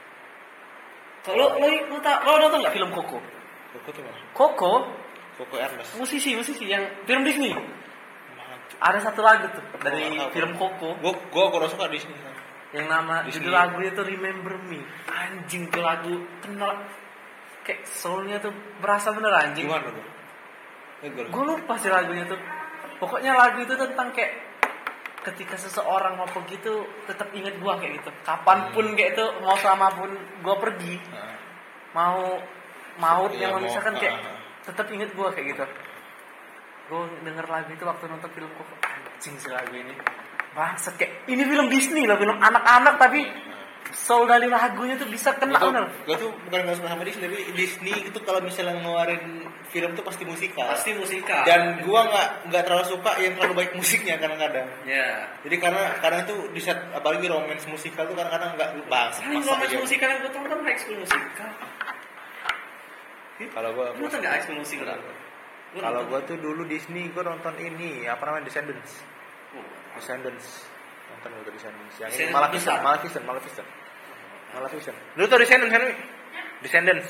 Kalau lo lo tak lo nonton nggak film Coco? Koko tuh mana? Coco Koko Ernest. musisi musisi yang film Disney. Ada satu lagu tuh dari Oh, nggak tahu. film Coco Gua gua kurang suka Disney. yang nama Disney. judul lagunya tuh Remember Me. Anjing tuh lagu kenal kayak soulnya tuh berasa bener anjing. Gimana gua? Eh, gua- Gue lupa sih lagunya tuh. Pokoknya lagu itu tentang kayak ketika seseorang mau pergi tuh tetap inget gua kayak gitu. Kapanpun kayak itu mau selama pun gua pergi, Nah, mau maut Iya, yang mau- misalkan kayak ah, ah. tetap inget gua kayak gitu. Gue denger lagu itu waktu nonton film kok anjing sih lagu ini. Bangsat kayak ini film Disney lah, film anak-anak tapi soul dari lagunya tuh bisa kena Gua tuh, bener. gua tuh bukan nggak suka sama Disney, tapi Disney itu kalau misalnya ngeluarin film tuh pasti musikal. Pasti musikal. Dan gua nggak nggak terlalu suka yang terlalu baik musiknya kadang-kadang. ya. Jadi karena karena itu di saat apalagi romance musikal tuh kadang-kadang nggak bahas. Paling romance musikal yang gue tonton High School Musical. Kalau gua Lu nonton nggak High School Musical? Gua kalau nonton. gua tuh dulu Disney gua nonton ini apa namanya Descendants. Oh. Descendants. Nonton gua tuh Descendants. Yang ini Descendants Maleficent, besar. Maleficent, Maleficent. Maleficent. Lu tuh Descendants kan? Wi? Descendants.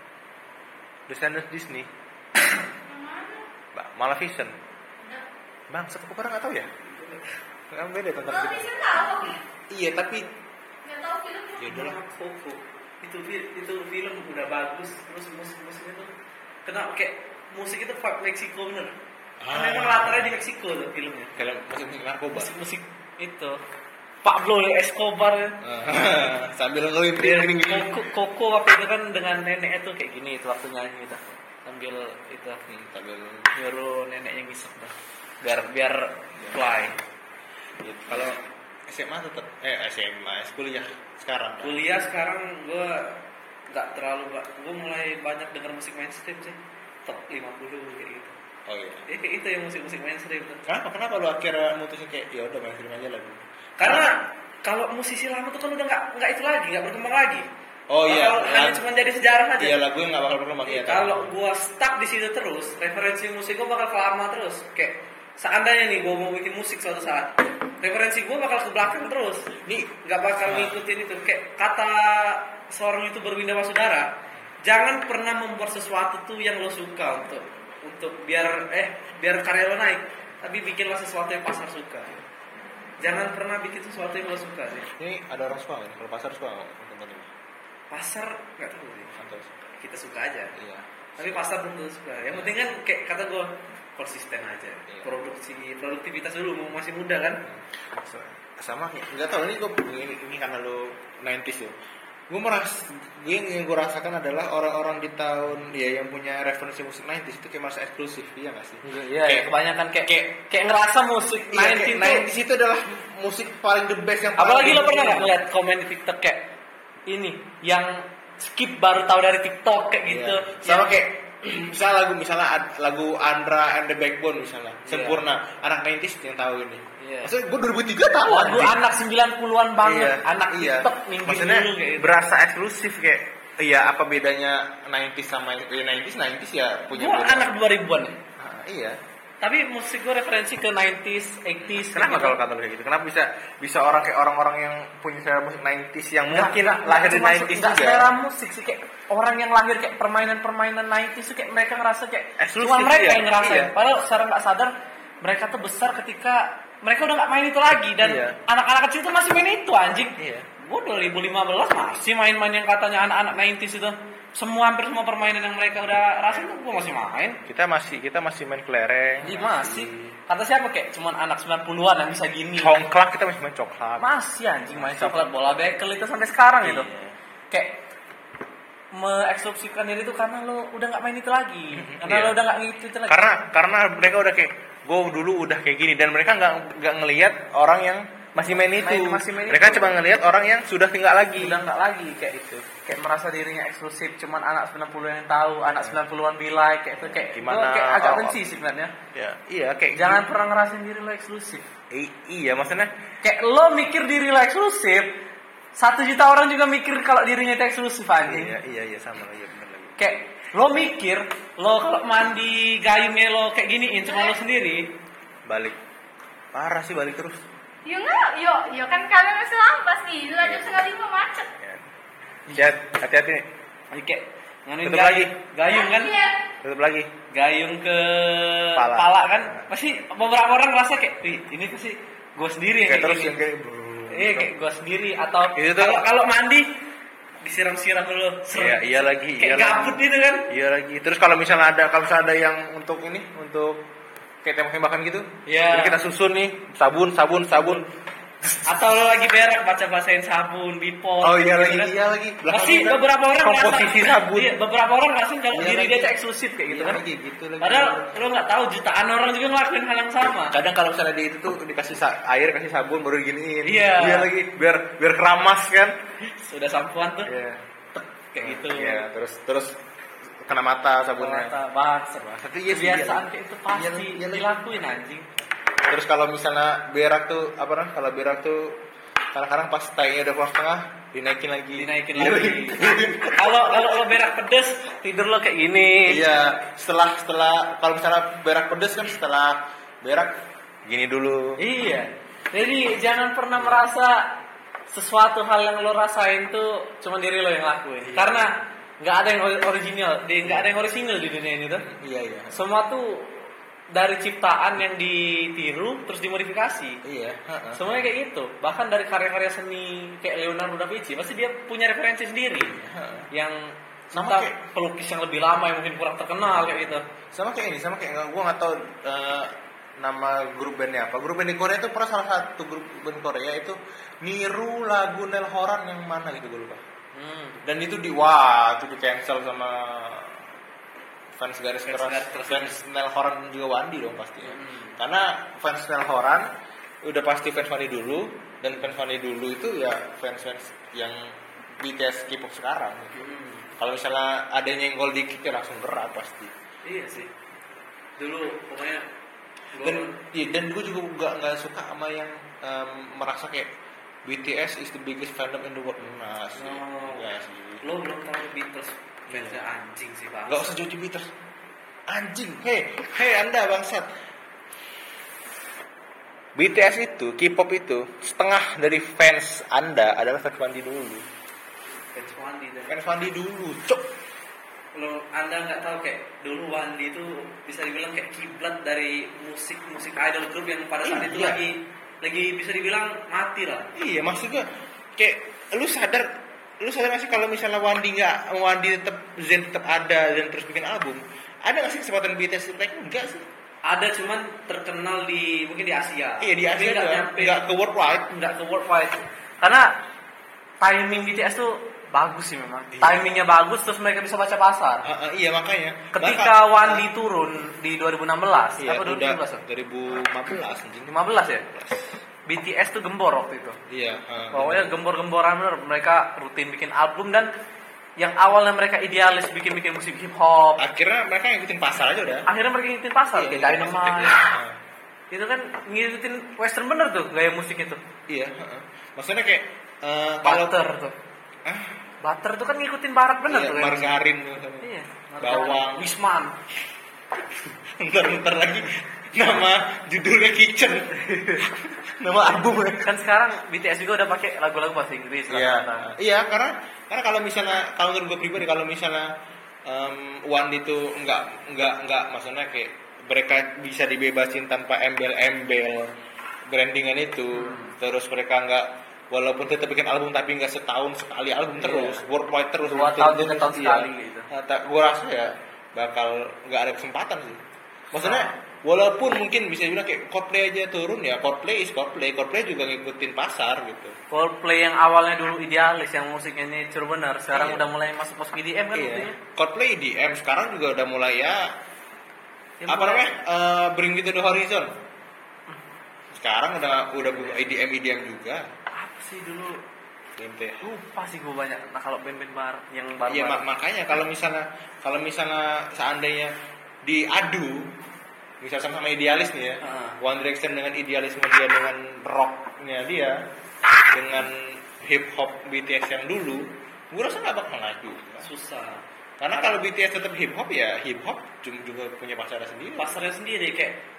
Descendants Disney. Yang mana? Mbak, Maleficent. Udah. Bang, satu orang nggak tahu ya? Kan beda tentang Lo kita. bisa tahu? Iya, tapi Nggak tahu filmnya? ya udahlah. Coco itu fi- itu film udah bagus terus musik musiknya tuh kena kayak musik itu vibe Meksiko bener. Karena Ah. emang latarnya di Meksiko tuh filmnya. Kalau musik-musik narkoba. Musik musik itu Pablo Escobar ya. Sambil ngelinting gini gini. Coco, Coco waktu itu kan dengan neneknya tuh kayak gini itu waktu nyanyi itu sambil itu Hmm, sambil nyuruh neneknya ngisep dah biar biar fly. gitu. Kalau S M A tetap eh S M A kuliah sekarang. Kuliah sekarang gue nggak terlalu gue mulai banyak denger musik mainstream sih top lima puluh kayak gitu. Oh iya. Ya, kayak itu yang musik-musik mainstream tuh. Kenapa? Kenapa lu akhirnya mutusin kayak ya udah mainstream aja lagu? Karena kalau musisi lama tuh kan udah nggak nggak itu lagi, nggak berkembang lagi. Oh iya. Bakal hanya cuma jadi sejarah aja. Iya lagu nggak bakal berkembang ya. Kalau gua stuck di situ terus, referensi musik gua bakal lama terus. Kayak seandainya nih gua mau bikin musik suatu saat, referensi gua bakal ke belakang terus. nih Nggak bakal Nah. ngikutin itu. Kayak kata seorang YouTuber Winda Wasudara, jangan pernah membuat sesuatu tuh yang lo suka untuk untuk biar eh biar karya lo naik, tapi bikinlah sesuatu yang pasar suka. Jangan pernah bikin sesuatu yang lo suka sih. ini ada orang suka nggak? Kalau pasar suka nggak nonton ini? Pasar nggak tahu sih. Atau Kita suka aja. iya. Tapi pasar belum tentu suka. Yang penting kan kayak kata gue konsisten aja. Iya. Produksi produktivitas dulu mau masih muda kan. Sama nggak tahu ini gue ini, ini karena lu sembilan puluhan ya. Gue meras, gue yang, yang gue rasakan adalah orang-orang di tahun ya yang punya referensi musik sembilan puluhan itu kayak merasa eksklusif, iya nggak sih? Iya, Kayak- kebanyakan kayak kayak- kayak ngerasa musik Iya, kayak sembilan sembilan belas puluhan itu adalah musik paling the best yang apalagi paling- lo pernah nggak ngeliat komen di TikTok kayak ini yang skip baru tahu dari TikTok kayak Iya. gitu. Sama Yang- kayak misalnya lagu misalnya ad- lagu Andra and the Backbone misalnya, Iya. Sempurna, anak sembilan puluhan yang tahu ini. Iya. Maksudnya gue dua ribu tiga tahu lagu anjing. anak sembilan puluhan banget, Iya, anak iya. TikTok minggu Maksudnya dulu kayak gitu. berasa eksklusif kayak iya apa bedanya sembilan puluhan sama ya, sembilan puluhan sembilan puluhan ya punya Gua beda. anak dua ribuan ya. Ah, iya. Tapi musik gue referensi ke sembilan puluhan, delapan puluhan. Kenapa kalau kata lu kayak gitu? Kenapa bisa bisa orang kayak orang-orang yang punya selera musik sembilan puluhan yang Nggak, mungkin nggak, lahir di cuma sembilan puluhan nggak juga? selera musik sih kayak orang yang lahir kayak permainan-permainan sembilan puluhan tuh kayak mereka ngerasa kayak Eksklusif, cuma mereka iya, yang ngerasain. iya. Padahal secara nggak sadar mereka tuh besar ketika mereka udah nggak main itu lagi dan Iya. anak-anak kecil tuh masih main itu anjing. Iya. Gue dua ribu lima belas masih main-main yang katanya anak-anak sembilan puluhan itu. Semua hampir semua permainan yang mereka udah rasain tuh gue masih main. Kita masih kita masih main kelereng. Iya masih. Kata siapa kayak cuman anak sembilan puluhan yang bisa gini. Congklak kita masih main coklat. Masih anjing main coklat bola bekel itu sampai sekarang gitu. Iya. Kayak mengekspresikan diri itu karena lo udah nggak main itu lagi. Karena Iya. lo udah nggak gitu itu lagi. Karena karena mereka udah kayak gue dulu udah kayak gini, dan mereka nggak nggak ngelihat orang yang masih main itu. Main- masih main mereka itu. cuma ngelihat orang yang sudah tinggal lagi. Udah nggak lagi kayak itu. Kayak merasa dirinya eksklusif, cuman anak sembilan puluh yang tahu, anak sembilan puluhan be like kayak itu kayak Gimana? gua kayak agak Oh, benci sih sebenarnya. Ya, iya kayak Jangan pernah ngerasain diri lo eksklusif. I- iya maksudnya Kayak lo mikir diri lo eksklusif, satu juta orang juga mikir kalau dirinya itu eksklusif anjing. iya iya iya sama iya benar lagi. Kayak lo mikir, lo kalau mandi gayungnya lo kayak giniin cuma lo sendiri. Balik. Parah sih balik terus. Yo enggak, yo, yo kan kalian masih lama pasti. Dua jam setengah lima macet. Ya. Lihat, hati-hati nih. Jadi kayak nganuin Tutup gayung, lagi. gayung kan, Iya. Tutup lagi. gayung ke Pala. pala, kan, pasti beberapa orang ngerasa kayak, Wih, ini pasti gue sendiri yang Kayak kayak terus gini. yang kayak Iya kayak gue sendiri atau Itu tuh- kalau kalau mandi disiram-siram dulu. Ser- Iya, iya lagi, Kayak iya gabut lagi. gitu kan. Iya lagi. Terus kalau misalnya ada kalau misalnya ada yang untuk ini, untuk kayak tembak-tembakan gitu. Iya. Jadi kita susun nih, sabun, sabun, sabun. Atau lo lagi berak baca-bacain sabun, bipol. Oh iya gitu lagi, kan. iya lagi. Pasti beberapa orang komposisi ngerasa- sabun. Iya, beberapa orang ngerasain kalau Iya diri lagi. dia tuh eksklusif kayak gitu Iya kan. lagi, gitu lagi. Padahal lo nggak tahu jutaan orang juga ngelakuin hal yang sama. Kadang kalau misalnya di itu tuh dikasih sa- air, kasih sabun baru diginiin. Iya. Iya lagi, biar biar keramas kan. Sudah sampuan tuh Iya. kayak gitu. Iya, terus terus kena mata sabunnya. Mata bahasa. Tapi iya sih, Kebiasaan iya. kayak itu pasti Iya, iya lagi. dilakuin anjing. Terus kalau misalnya berak tuh apa namanya? Kalau berak tuh kadang-kadang pas tainya udah keluar setengah dinaikin lagi. Dinaikin Iya lagi. Kalau kalau lo berak pedes, tidur lo kayak gini. Iya, setelah setelah kalau misalnya berak pedes kan setelah berak gini dulu. Iya. Jadi jangan pernah merasa sesuatu hal yang lo rasain tuh cuma diri lo yang lakuin. Iya. Karena nggak ada yang ori- original, di- nggak ada yang original di dunia ini tuh. Iya, iya. Semua tuh dari ciptaan yang ditiru terus dimodifikasi. Iya, heeh. Semuanya kayak gitu. Bahkan dari karya-karya seni kayak Leonardo da Vinci, pasti dia punya referensi sendiri. Yang Sama entah kayak- pelukis yang lebih lama yang mungkin kurang terkenal kayak gitu. Sama kayak ini, sama kayak gua nggak tahu eh, nama grup bandnya apa. Grup band di Korea itu pernah salah satu grup band Korea itu niru lagu Nel Horan yang mana gitu gue lupa. Hmm. Dan itu di wah itu di cancel sama fans garis Fans keras, garis keras. fans Nel Horan juga Wandi dong pastinya. Hmm. Karena fans Nel Horan udah pasti fans Wandi dulu, dan fans Wandi dulu itu ya fans-fans yang B T S K-pop sekarang. Hmm. Kalau misalnya ada yang nyenggol dikit ya langsung gerak pasti. Iya sih. Dulu pokoknya gua- Dan iya, dan gue juga nggak nggak suka sama yang em, merasa kayak B T S is the biggest fandom in the world. Nah, sih. Oh. Nggak sih. lo belum tahu Beatles fansnya anjing sih bang. Gak usah jauh Beatles. Anjing, hei, hei Anda bangsat. B T S itu, K-pop itu, setengah dari fans Anda adalah fans Wandi dulu. Fans Wandi dan Fans Wandi dulu, cok. lo anda nggak tahu kayak dulu Wandi itu bisa dibilang kayak kiblat dari musik musik idol group yang pada saat itu Iya. lagi lagi bisa dibilang mati lah. Iya, maksudnya kayak lu sadar, lu sadar gak sih kalau misalnya Wandi nggak, Wandi tetap Zen tetap ada dan terus bikin album, ada nggak sih kesempatan B T S naik? Enggak sih. Ada cuman terkenal di mungkin di Asia. Iya di Tapi Asia nggak doang, nyampe, nggak ke worldwide. nggak ke worldwide. Karena timing B T S tuh bagus sih memang. Iya. Timingnya bagus terus mereka bisa baca pasar. Uh, uh, iya makanya. Ketika Maka- Wandi turun di dua ribu enam belas Iya, apa dua ribu udah lima belas? dua ribu lima belas anjing. lima belas ya? B T S tuh gembor waktu itu. Iya. uh, Pokoknya gembor-gemboran bener. Mereka rutin bikin album dan yang awalnya mereka idealis bikin-bikin musik hip hop, akhirnya mereka ngikutin pasar aja udah. akhirnya mereka ngikutin pasar Iya, kayak ngikutin Dynamite. pasar. Nah, Itu kan ngikutin western bener tuh gaya musik itu. Iya. uh, Maksudnya kayak uh, kalau Butter tuh. ah, Butter tuh kan ngikutin barat bener iya, tuh. gaya musik. margarin gitu. Iya. Bawang. Wisman. Ntar-ntar lagi nama judulnya Kitchen. Nama albumnya. Kan sekarang B T S juga udah pakai lagu-lagu bahasa Inggris Iya, rata-rata. iya karena karena kalau misalnya kalau menurut gue pribadi kalau misalnya um, Wandi itu enggak enggak enggak maksudnya kayak mereka bisa dibebasin tanpa embel-embel brandingan itu, terus mereka enggak walaupun tetap bikin album tapi enggak setahun sekali album Iya. terus, worldwide terus, Dua terus, tahun, terus, tiga tahun iya. sekali gitu. Nah, tak- gue rasa ya bakal nggak ada kesempatan sih. Maksudnya walaupun mungkin bisa dibilang kayak Coldplay aja turun ya, Coldplay is Coldplay, Coldplay juga ngikutin pasar gitu. Coldplay yang awalnya dulu idealis yang musiknya nature bener, sekarang Iya. udah mulai masuk masuk E D M kan Iya. buktinya. Coldplay D M sekarang juga udah mulai ya Yang apa mulai- namanya? Eh, Bring Me to the Horizon. Sekarang udah udah E D M E D M juga. Apa sih dulu? B M T. Lupa sih gue banyak. Nah kalau band-band bar yang baru. Iya mak- makanya kalau misalnya kalau misalnya seandainya diadu, misal sama-sama idealis nih ya, Ah. One Direction dengan idealisme dia dengan rocknya dia, dengan hip hop B T S yang dulu, gue rasa nggak bakal naik juga. Susah. Karena kalau B T S tetap hip hop ya hip hop juga punya pasarnya sendiri. Pasarnya sendiri kayak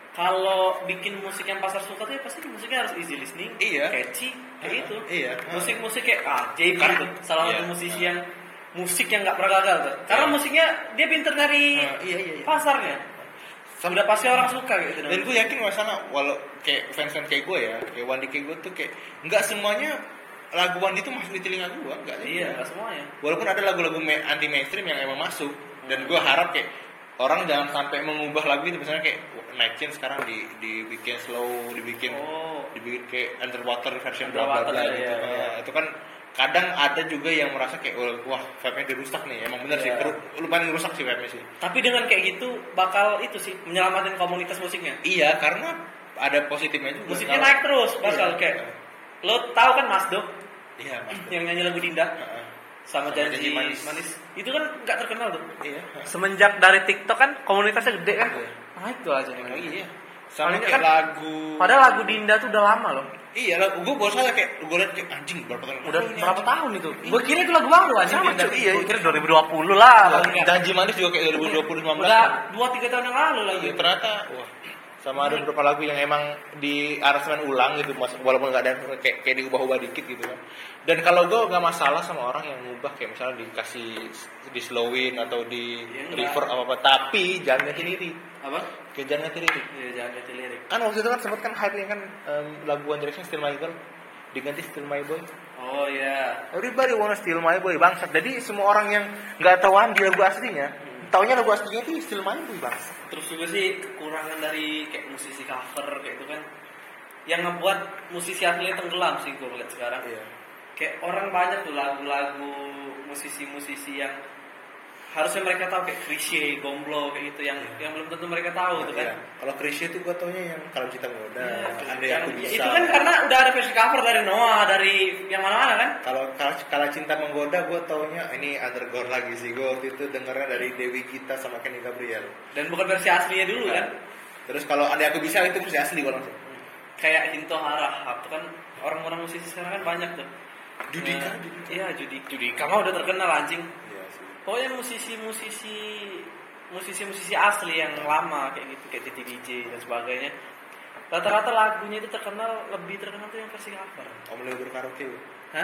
kalau bikin musik yang pasar suka tuh ya pasti musiknya harus easy listening, Iya. catchy, kayak Ah, gitu. iya. Musik-musik kayak ah J B Karena- tuh, salah satu iya. musisi yang musik yang nggak pernah gagal tuh. Karena Iya. musiknya dia pinter nyari Ah, iya, iya, iya. pasarnya. Udah pasti orang suka gitu. Dan gue yakin masalah walau kayak fans-fans kayak gue ya, kayak Wandi kayak gue tuh kayak nggak semuanya lagu Wandi tuh masuk di telinga gue, nggak juga. Iya, nggak semuanya. Walaupun ada lagu-lagu ma- anti mainstream yang emang masuk, dan gue harap kayak orang jangan sampai mengubah lagu itu, misalnya kayak Night Chain sekarang di dibikin slow, dibikin Oh. dibikin kayak underwater version bla bla Underwater, bla iya, gitu. iya. Nah, itu kan kadang ada juga yang merasa kayak wah vibe-nya dirusak nih, emang bener sih, Iya. keru- lumayan rusak sih vibe-nya sih. Tapi dengan kayak gitu bakal itu sih menyelamatin komunitas musiknya. Iya, karena ada positifnya juga. Musiknya Kalau- naik terus bakal Iya. kayak lo tahu kan Mas Do Iya, Mas. yang nyanyi lagu Dinda Heeh. sama, Sama janji, Janji Manis. manis. Itu kan nggak terkenal tuh. Iya. Semenjak dari TikTok kan komunitasnya gede kan. Iya. Nah itu aja Oh, nih. iya. Sama Paling kayak kan- lagu. Padahal lagu Dinda tuh udah lama loh. Iya, lagu gue baru saja kayak gue liat kayak anjing berapa tahun. Udah lalu ini, berapa anjing. tahun itu? Gue kira itu lagu baru aja. Sama, Dinda. cuy, iya. Gue kira dua ribu dua puluh lah. Iya, Janji Manis juga kayak dua ribu dua puluh lima belas. Udah dua tiga tahun yang lalu lagi. Iya, ternyata wah. Sama ada beberapa lagu yang emang di aransemen ulang gitu, mas, walaupun nggak ada kayak kayak diubah-ubah dikit gitu kan. Dan kalau gue nggak masalah sama orang yang ngubah kayak misalnya dikasih di slowin atau di Ya, enggak. reverb apa apa, tapi jangan ganti lirik. Apa? Kayak jangan ganti lirik. Iya jangan ganti lirik. Kan waktu itu kan sempat kan hype kan em, lagu One Direction Still My Girl diganti Still My Boy. Oh iya. Everybody wanna steal my boy, bangsat. Jadi semua orang yang nggak tahu di lagu aslinya, taunya lagu aslinya itu Still My Boy, bangsat. Terus juga sih kekurangan dari kayak musisi cover kayak itu kan yang ngebuat musisi aslinya tenggelam sih gue lihat sekarang. Iya. Kayak orang banyak tuh lagu-lagu musisi-musisi yang harusnya mereka tahu kayak Krisye, Gomblo kayak gitu yang yang belum tentu mereka tahu tuh kan. Iya. Kalau Krisye itu gue taunya yang Kalau Cinta Menggoda, Iya, Andai yang- Aku Bisa. itu kan karena udah ada versi cover dari Noah, dari yang mana-mana kan. Kalau kalau kalau Cinta Menggoda gue taunya ini underground lagi sih. Gue waktu itu dengernya dari Dewi Gita sama Kenny Gabriel. Dan bukan versi aslinya dulu kan. Terus kalau Andai Aku Bisa itu versi asli gue langsung. Kayak Hinto Hara, itu kan orang-orang musisi sekarang kan banyak tuh. Judika, Eh, Judika. Iya, Judika. Judika mah udah terkenal anjing. Iya sih. Pokoknya musisi-musisi musisi-musisi asli yang lama kayak gitu kayak Titi D J dan sebagainya. Rata-rata lagunya itu terkenal lebih terkenal tuh yang versi cover. Om Leo berkaraoke. lu. Hah?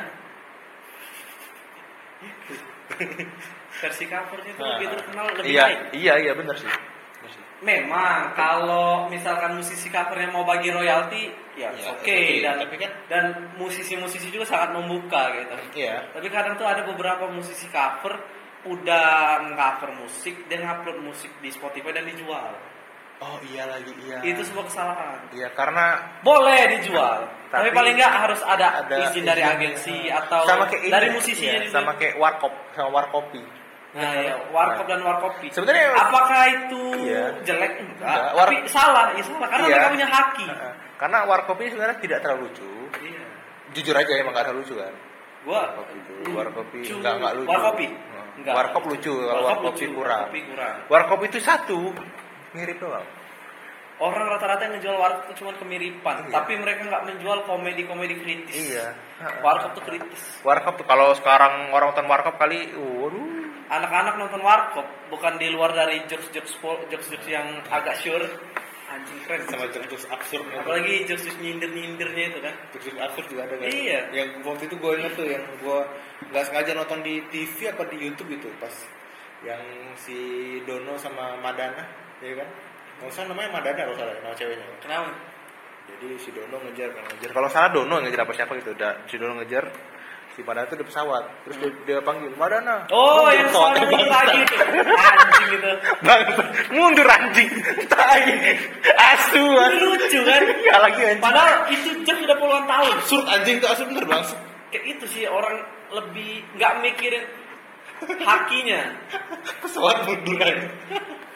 Versi covernya tuh lebih terkenal lebih iya, baik. Iya, iya benar sih. Benar sih. Memang kalau misalkan musisi covernya mau bagi royalti, ya Ya, oke oke, dan tapi kan- dan musisi-musisi juga sangat membuka gitu. Iya. Tapi kadang tuh ada beberapa musisi cover udah mengcover musik dan upload musik di Spotify dan dijual. Oh iya lagi iya. Itu sebuah kesalahan. Iya karena Boleh dijual, tapi, Tapi paling nggak harus ada, ada izin dari izin, agensi ya. atau sama kayak ini, dari ya, musisinya iya, juga. sama kayak warkop sama warkopi. Nah, ya, warkop dan warkopi. Sebenarnya- apakah itu Iya. jelek? Enggak. Enggak. Tapi War- salah, ya salah karena Iya. mereka punya haki. Heeh. Karena warkopi sebenarnya tidak terlalu lucu. Iya. Jujur aja emang gak terlalu lucu kan. Gua Warkop itu, warkopi lucu. enggak enggak lucu. Warkopi? Heeh. Enggak. Warkop lucu, kalau Warkop warkopi lucu, kurang. warkopi kurang. Warkop itu satu mirip doang. Orang rata-rata yang ngejual warkop itu cuma kemiripan, Iya. tapi mereka nggak menjual komedi-komedi kritis. Iya. Warkop tuh kritis. Warkop tuh kalau sekarang orang nonton warkop kali, waduh. Anak-anak nonton warkop bukan di luar dari jokes-jokes pol- jokes-jokes yang agak sure. Anjing keren. Sama jokes absurd. Apalagi jokes-jokes nyindir-nyindirnya itu kan. Jokes absurd juga ada kan. Iya. Yang waktu itu gue inget tuh yang gue nggak sengaja nonton di T V apa di YouTube gitu pas yang si Dono sama Madana, ya kan? Nggak usah namanya Madana kalau salah nama ceweknya. Kenapa? Jadi si Dono ngejar, kan ngejar. Kalau salah Dono yang ngejar apa siapa gitu. Da, si Dono ngejar, si Madana tuh di pesawat. Terus dia, dia panggil Madana. Oh, mundur, yang pesawatnya soalnya itu bangsa. lagi itu. Anjing gitu. Bangsa. Mundur anjing. Tai. Asu. Itu lucu kan? Ya lagi anjing. Padahal itu jokes sudah puluhan tahun. Absurd anjing itu absurd bener bangsa. Kayak itu sih orang lebih nggak mikirin hakinya. Pesawat mundur anjing.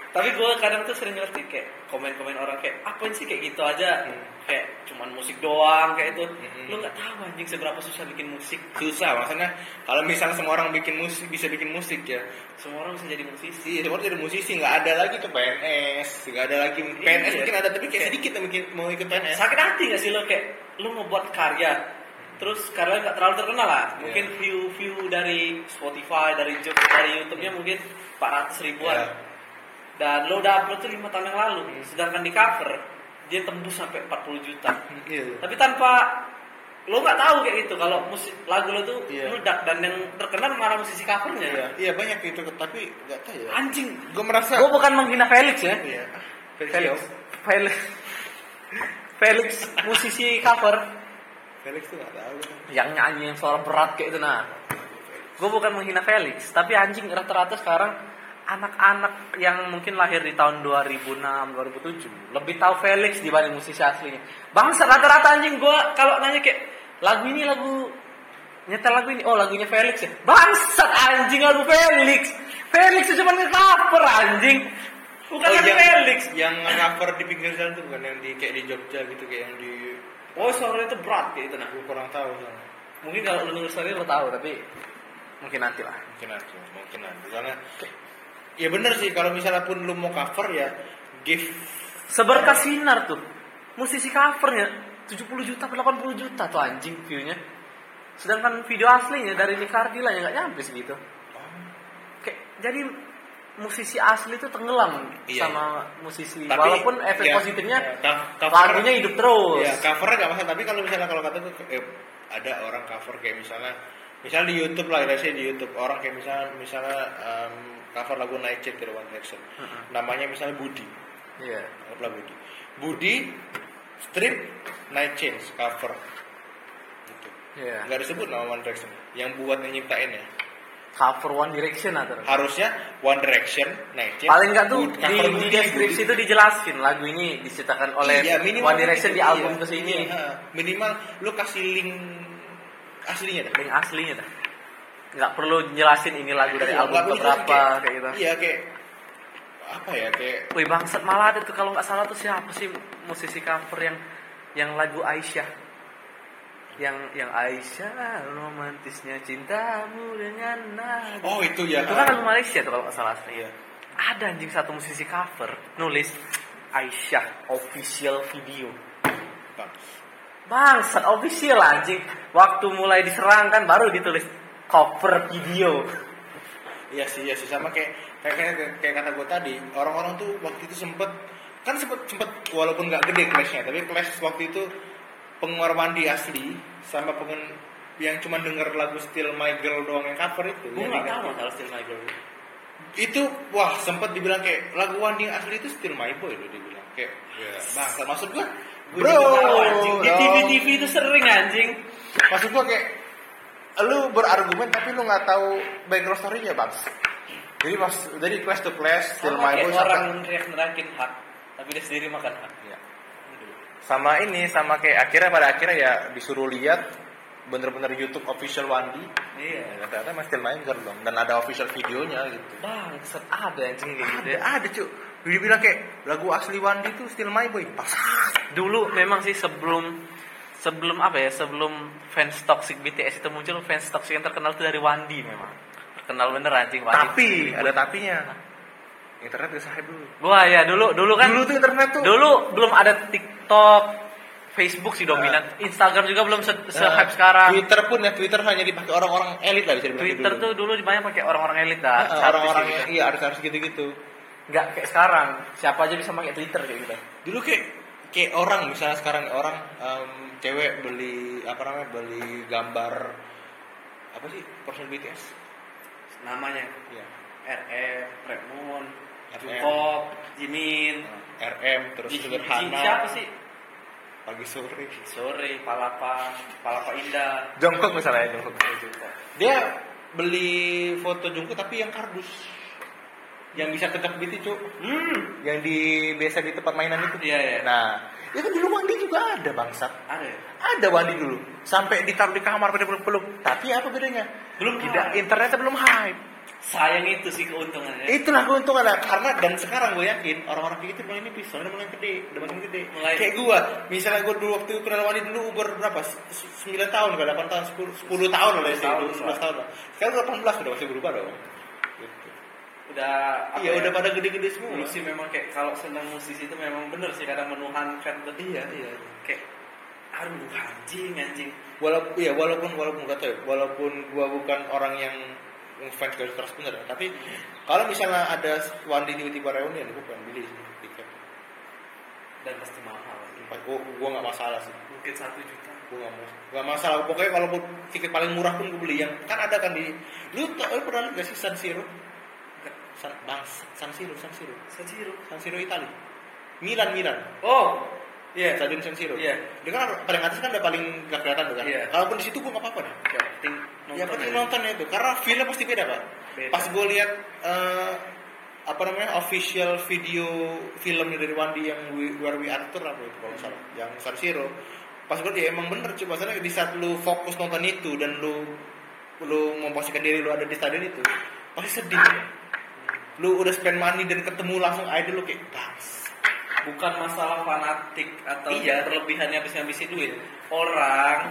Tapi gue kadang tuh sering ngerti kayak komen-komen orang kayak apa sih kayak gitu aja, Hmm. kayak cuman musik doang kayak itu. Hmm. Lu nggak tahu anjing seberapa susah bikin musik. Susah maksudnya kalau misalnya semua orang bikin musik bisa bikin musik ya. Semua orang bisa jadi musisi. Iya, semua jadi musisi, nggak ada lagi tuh P N S, nggak ada lagi P N S Iya. mungkin ada tapi kayak sedikit yang bikin mau ikut P N S. Sakit hati gak sih lo kayak lu mau buat karya, terus karya nggak terlalu terkenal lah, Iya. mungkin view view dari Spotify, dari YouTube, dari YouTube-nya mungkin empat ratus ribuan. Iya. Dan lo udah upload tuh lima tahun yang lalu, sedangkan di cover dia tembus sampai empat puluh juta. Iya. Tapi tanpa lo nggak tahu kayak gitu kalau musik lagu lo tuh Iya. meledak dan yang terkenal malah musisi covernya. Iya, iya banyak gitu tapi nggak tahu ya. Anjing, Gue merasa. gue bukan menghina Felix ya. Iya. Felix, Felix, Felix musisi cover Felix tuh nggak tahu. yang nyanyi yang suara berat kayak itu. Nah, gue bukan menghina Felix, tapi anjing rata-rata sekarang anak-anak yang mungkin lahir di tahun dua ribu enam, dua ribu tujuh lebih tahu Felix dibanding musisi aslinya. Bangsa rata-rata anjing, gue kalau nanya kayak lagu ini lagu nyetel lagu ini, oh lagunya Felix ya. Bangsat anjing, lagu Felix. Felix itu cuma nge-cover anjing. Bukan Oh, lagu yang- Felix. Yang cover di pinggir jalan tuh bukan yang di kayak di Jogja gitu kayak yang di. Oh, suaranya itu berat kayak itu nah. Gue kurang tahu soalnya. Mungkin kalau lu denger sendiri lo tahu, tapi mungkin nanti lah. Mungkin aja, mungkin aja. Karena ya bener sih kalau misalnya pun lu mau cover ya give. Seberkas sinar tuh. Musisi covernya tujuh puluh juta, delapan puluh juta tuh anjing view-nya. Sedangkan video aslinya dari Nicardila ya nggak nyampe segitu. Kayak jadi musisi asli itu tenggelam Iya, sama musisi. Tapi, Walaupun efek ya, positifnya ya, cover- lagunya hidup terus. Ya covernya gak masalah tapi kalau misalnya kalau kata gue eh, ada orang cover kayak misalnya misalnya di YouTube lah, saya di YouTube orang kayak misalnya misalnya um, cover lagu Night Chat dari One Direction, namanya misalnya Budi, Iya. anggaplah Budi, Budi strip Night Change cover, gitu. Iya. Nggak disebut nama One Direction, yang buat yang nyiptain ya. Cover One Direction atau Harusnya One Direction Night Change. paling nggak tuh Budi- di, cover di Budi, deskripsi Budi. itu dijelasin lagu ini diciptakan oleh Iya, minimal One Direction di gitu, album iya. kesini. Iya, minimal lu kasih link aslinya dah. Link aslinya dah. Nggak perlu jelasin ini lagu dari Iya, album nggak perlu keberapa kayak- kayak gitu. Iya kayak apa ya kayak Wih bangsat, malah ada tuh kalau nggak salah tuh siapa sih musisi cover yang yang lagu Aisyah, yang yang Aisyah romantisnya cintamu dengan nada. oh itu ya. Itu kan lagu Malaysia tuh kalau nggak salah. Iya. Ada anjing satu musisi cover nulis Aisyah official video. Bang. Bangsat, official anjing. Waktu mulai diserang kan baru ditulis cover video. Iya sih, iya sih sama kayak kayak kayak, kayak kata gue tadi, orang-orang tuh waktu itu sempet kan sempet sempet walaupun nggak gede clashnya, tapi clash waktu itu penggemar Wandi asli sama pengen yang cuma denger lagu Still My Girl doang yang cover itu. Gue yang nggak diganti. tahu masalah Still My Girl. Itu wah sempet dibilang kayak lagu Wandi yang asli itu Still My Boy loh dibilang kayak ya, bangsa maksud gue Gue bro juga tahu, anjing. Di dong. T V T V itu sering anjing. Maksud gue kayak lu berargumen tapi lu nggak tahu background story-nya bang. Jadi pas dari clash to clash Still Sama My kayak Boy orang sampai neriak-neriakin hak, tapi dia sendiri makan hak. ya. Sama ini sama kayak akhirnya pada akhirnya ya disuruh lihat bener-bener YouTube official Wandi. Iya. Ya, ternyata mas Still My Girl dong dan ada official videonya gitu. Bangsat, ada anjing kayak gitu. Ada ada cuy. Dia bilang kayak lagu asli Wandi tuh Still My Boy. Pas. Dulu memang sih sebelum sebelum apa ya, sebelum fans toxic B T S itu muncul, fans toxic yang terkenal itu dari Wandi memang. Terkenal bener anjing Wandi. Tapi ada tapinya. Internet bisa hype dulu. Wah ya dulu dulu kan. Dulu tuh internet tuh. Dulu belum ada TikTok, Facebook sih dominan. Instagram juga belum se, se hype sekarang. Twitter pun ya Twitter hanya dipakai orang-orang elit lah bisa dibilang. Twitter dulu. tuh dulu banyak pakai orang-orang elit dah. Ah, artis orang-orang gitu. yang iya artis-artis gitu-gitu. Nggak kayak sekarang. Siapa aja bisa pakai Twitter kayak gitu. Dulu kayak kayak orang misalnya sekarang orang em, cewek beli apa namanya beli gambar apa sih person B T S Namanya ya R M, Red Moon, R M. Jungkook, Jimin. R M terus Ji- Ji- sederhana Siapa sih? pagi sore Sore, Palapa, Palapa Indah. Jongkok misalnya Jongkok Jungkook. dia beli foto Jongkok tapi yang kardus yang bisa kecap gitu cuy Hmm, yang di biasa di tempat mainan itu Iya, iya. nah itu dulu Wandi juga ada bangsat ada ya? ada Wandi dulu sampai ditaruh di kamar pada peluk-peluk tapi apa bedanya Belum tidak hype. internetnya belum hype sayang itu sih keuntungannya. Itulah keuntungannya, karena dan sekarang gue yakin orang-orang kayak gitu mulai nipis, soalnya mulai gede, udah makin gede. Mulai. Kayak gue, misalnya gue dulu waktu kenal Wandi dulu umur berapa? sembilan tahun, enggak delapan tahun, sepuluh, sepuluh tahun lah sih, sebelas tahun lah. Sekarang delapan belas udah masih berubah dong. Gitu. Udah Iya, ya, udah pada gede-gede semua. dulu sih memang kayak kalau senang musisi itu memang bener sih kadang menuhankan tuh. Iya, iya. Kayak aduh anjing anjing. Walaupun iya walaupun walaupun gak tahu ya, walaupun gua bukan orang yang fans garis keras bener, tapi kalau misalnya ada Wandi tiba-tiba reunian, gua pengen beli tiket. Dan pasti mahal. Gua gua nggak masalah sih. Mungkin satu juta. Gua nggak mau nggak masalah. Pokoknya kalau tiket paling murah pun gua beli. Yang kan ada kan di lu tau lu pernah lihat gak sih San Siro? San Bang San Siro San Siro San Siro. San Siro Italia. Milan Milan. Oh, iya. Yeah. Stadion San Siro. Iya. Dia kan paling atas kan udah paling gak kelihatan tuh kan. Iya. Kalaupun di situ gua nggak apa-apa deh. Ya, penting Ya penting nontonnya itu karena feelnya pasti beda pak. Beda. Pas gue lihat uh, apa namanya official video filmnya dari Wandi yang We, Where We Are Tour apa itu kalau nggak salah, yang San Siro. Pas gue ya emang bener coba soalnya di saat lu fokus nonton itu dan lu lu memposisikan diri lu ada di stadion itu pasti sedih. Lu udah spend money dan ketemu langsung idol lu kayak das. Bukan masalah fanatik atau Iya. berlebihan habis-habisin duit. Orang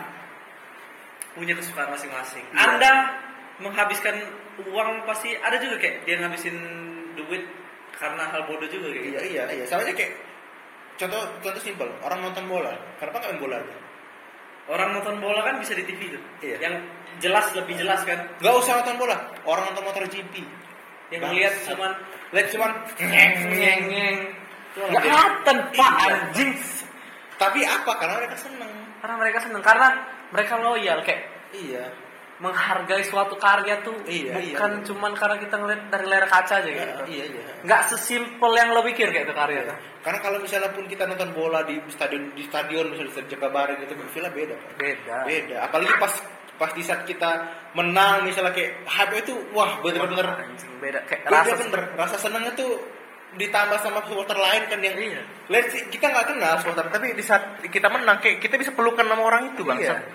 punya kesukaan masing-masing. Iya. Anda menghabiskan uang pasti ada juga kayak dia ngabisin duit karena hal bodoh juga kayak Iya gitu. iya iya. Soalnya kayak contoh contoh simpel orang nonton bola. Kenapa nggak main bola aja? Orang nonton bola kan bisa di T V tuh. Iya. Yang jelas lebih jelas kan. Gak usah nonton bola. Orang nonton motor G P. Yang Bangsat. lihat cuman lihat cuman nyeng nyeng nyeng. Nggak Kelihatan Pak Iya. anjing. Tapi apa? Karena mereka seneng. Karena mereka seneng karena mereka loyal kayak Iya. menghargai suatu karya tuh Iya, bukan iya. cuman karena kita ngeliat dari layar kaca aja Iya, gitu. iya, iya. Nggak sesimpel yang lo pikir kayak itu karya tuh. Karena kalau misalnya pun kita nonton bola di stadion di stadion misalnya di Jakabaring gitu, feelnya beda, Pak. Beda. Beda. Apalagi pas pas di saat kita menang misalnya kayak hype itu wah bener-bener Anjing, beda kayak beda rasa bener. Rasa senangnya tuh ditambah sama supporter lain kan yang Iya. let's see, kita nggak kenal supporter tapi di saat kita menang kayak kita bisa pelukan sama orang itu bang. Iya.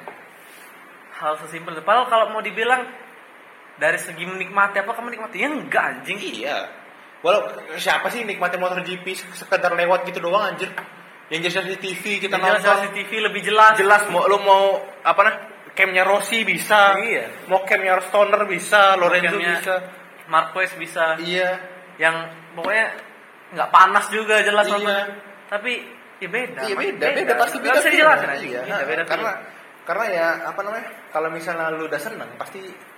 Hal sesimpel itu. Padahal kalau mau dibilang dari segi menikmati apa kamu menikmati? Ya enggak anjing. Iya. Walau siapa sih nikmatin motor G P sekedar lewat gitu doang anjir. Yang jelas di T V kita Yang jelas nonton di T V lebih jelas. jelas mau lu mau apa nah camnya Rossi bisa. Iya. Mau camnya Stoner bisa, Lorenzo Camnya bisa. Marquez bisa. Iya. Yang pokoknya nggak panas juga jelas Iya. nontonnya. Tapi ya beda. Iya Mas. beda, beda, pasti beda. Nggak bisa dijelasin aja. Iya, Beda, beda karena karena ya apa namanya? Kalau misalnya lu udah seneng pasti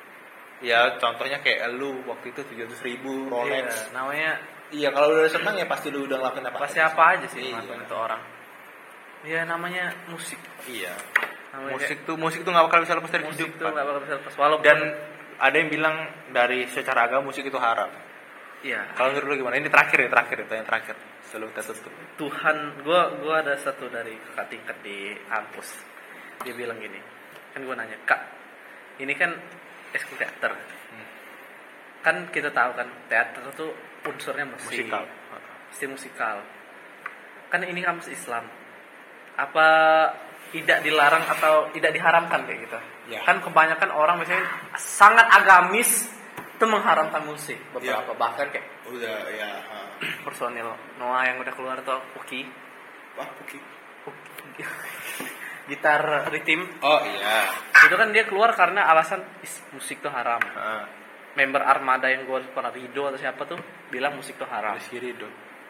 ya contohnya kayak lu waktu itu tujuh ratus ribu Rolex. Iya, namanya Iya, kalau lu udah seneng ya pasti lu udah ngelakuin apa. pasti apa aja sih Iya. ngelakuin itu orang. Ya namanya musik. Iya. Namanya Musik tuh musik tuh nggak bakal bisa lepas dari musik hidup. tuh Pak. nggak bakal bisa lepas walaupun Dan ada yang bilang dari secara agama musik itu haram. iya. Kalau menurut lu gimana? Ini terakhir ya, terakhir itu yang terakhir. Sebelum kita tutup. Tuhan, gua gua ada satu dari kakak tingkat di kampus. Dia bilang gini, kan gua nanya, "Kak, ini kan eskul teater. Hmm. Kan kita tahu kan teater itu unsurnya musik, Musikal. pasti musikal. Kan ini kampus Islam. Apa tidak dilarang atau tidak diharamkan kayak gitu?" Ya. Kan kebanyakan orang misalnya sangat agamis itu mengharamkan musik beberapa Ya. bahkan kayak Udah ya. Uh. personil Noah yang udah keluar tuh Uki Wah, oke. gitar rhythm Oh iya. itu kan dia keluar karena alasan "Is, musik tuh haram." Heeh. Member Armada yang gue pernah Rido atau siapa tuh bilang musik tuh haram. Rizky Ridho.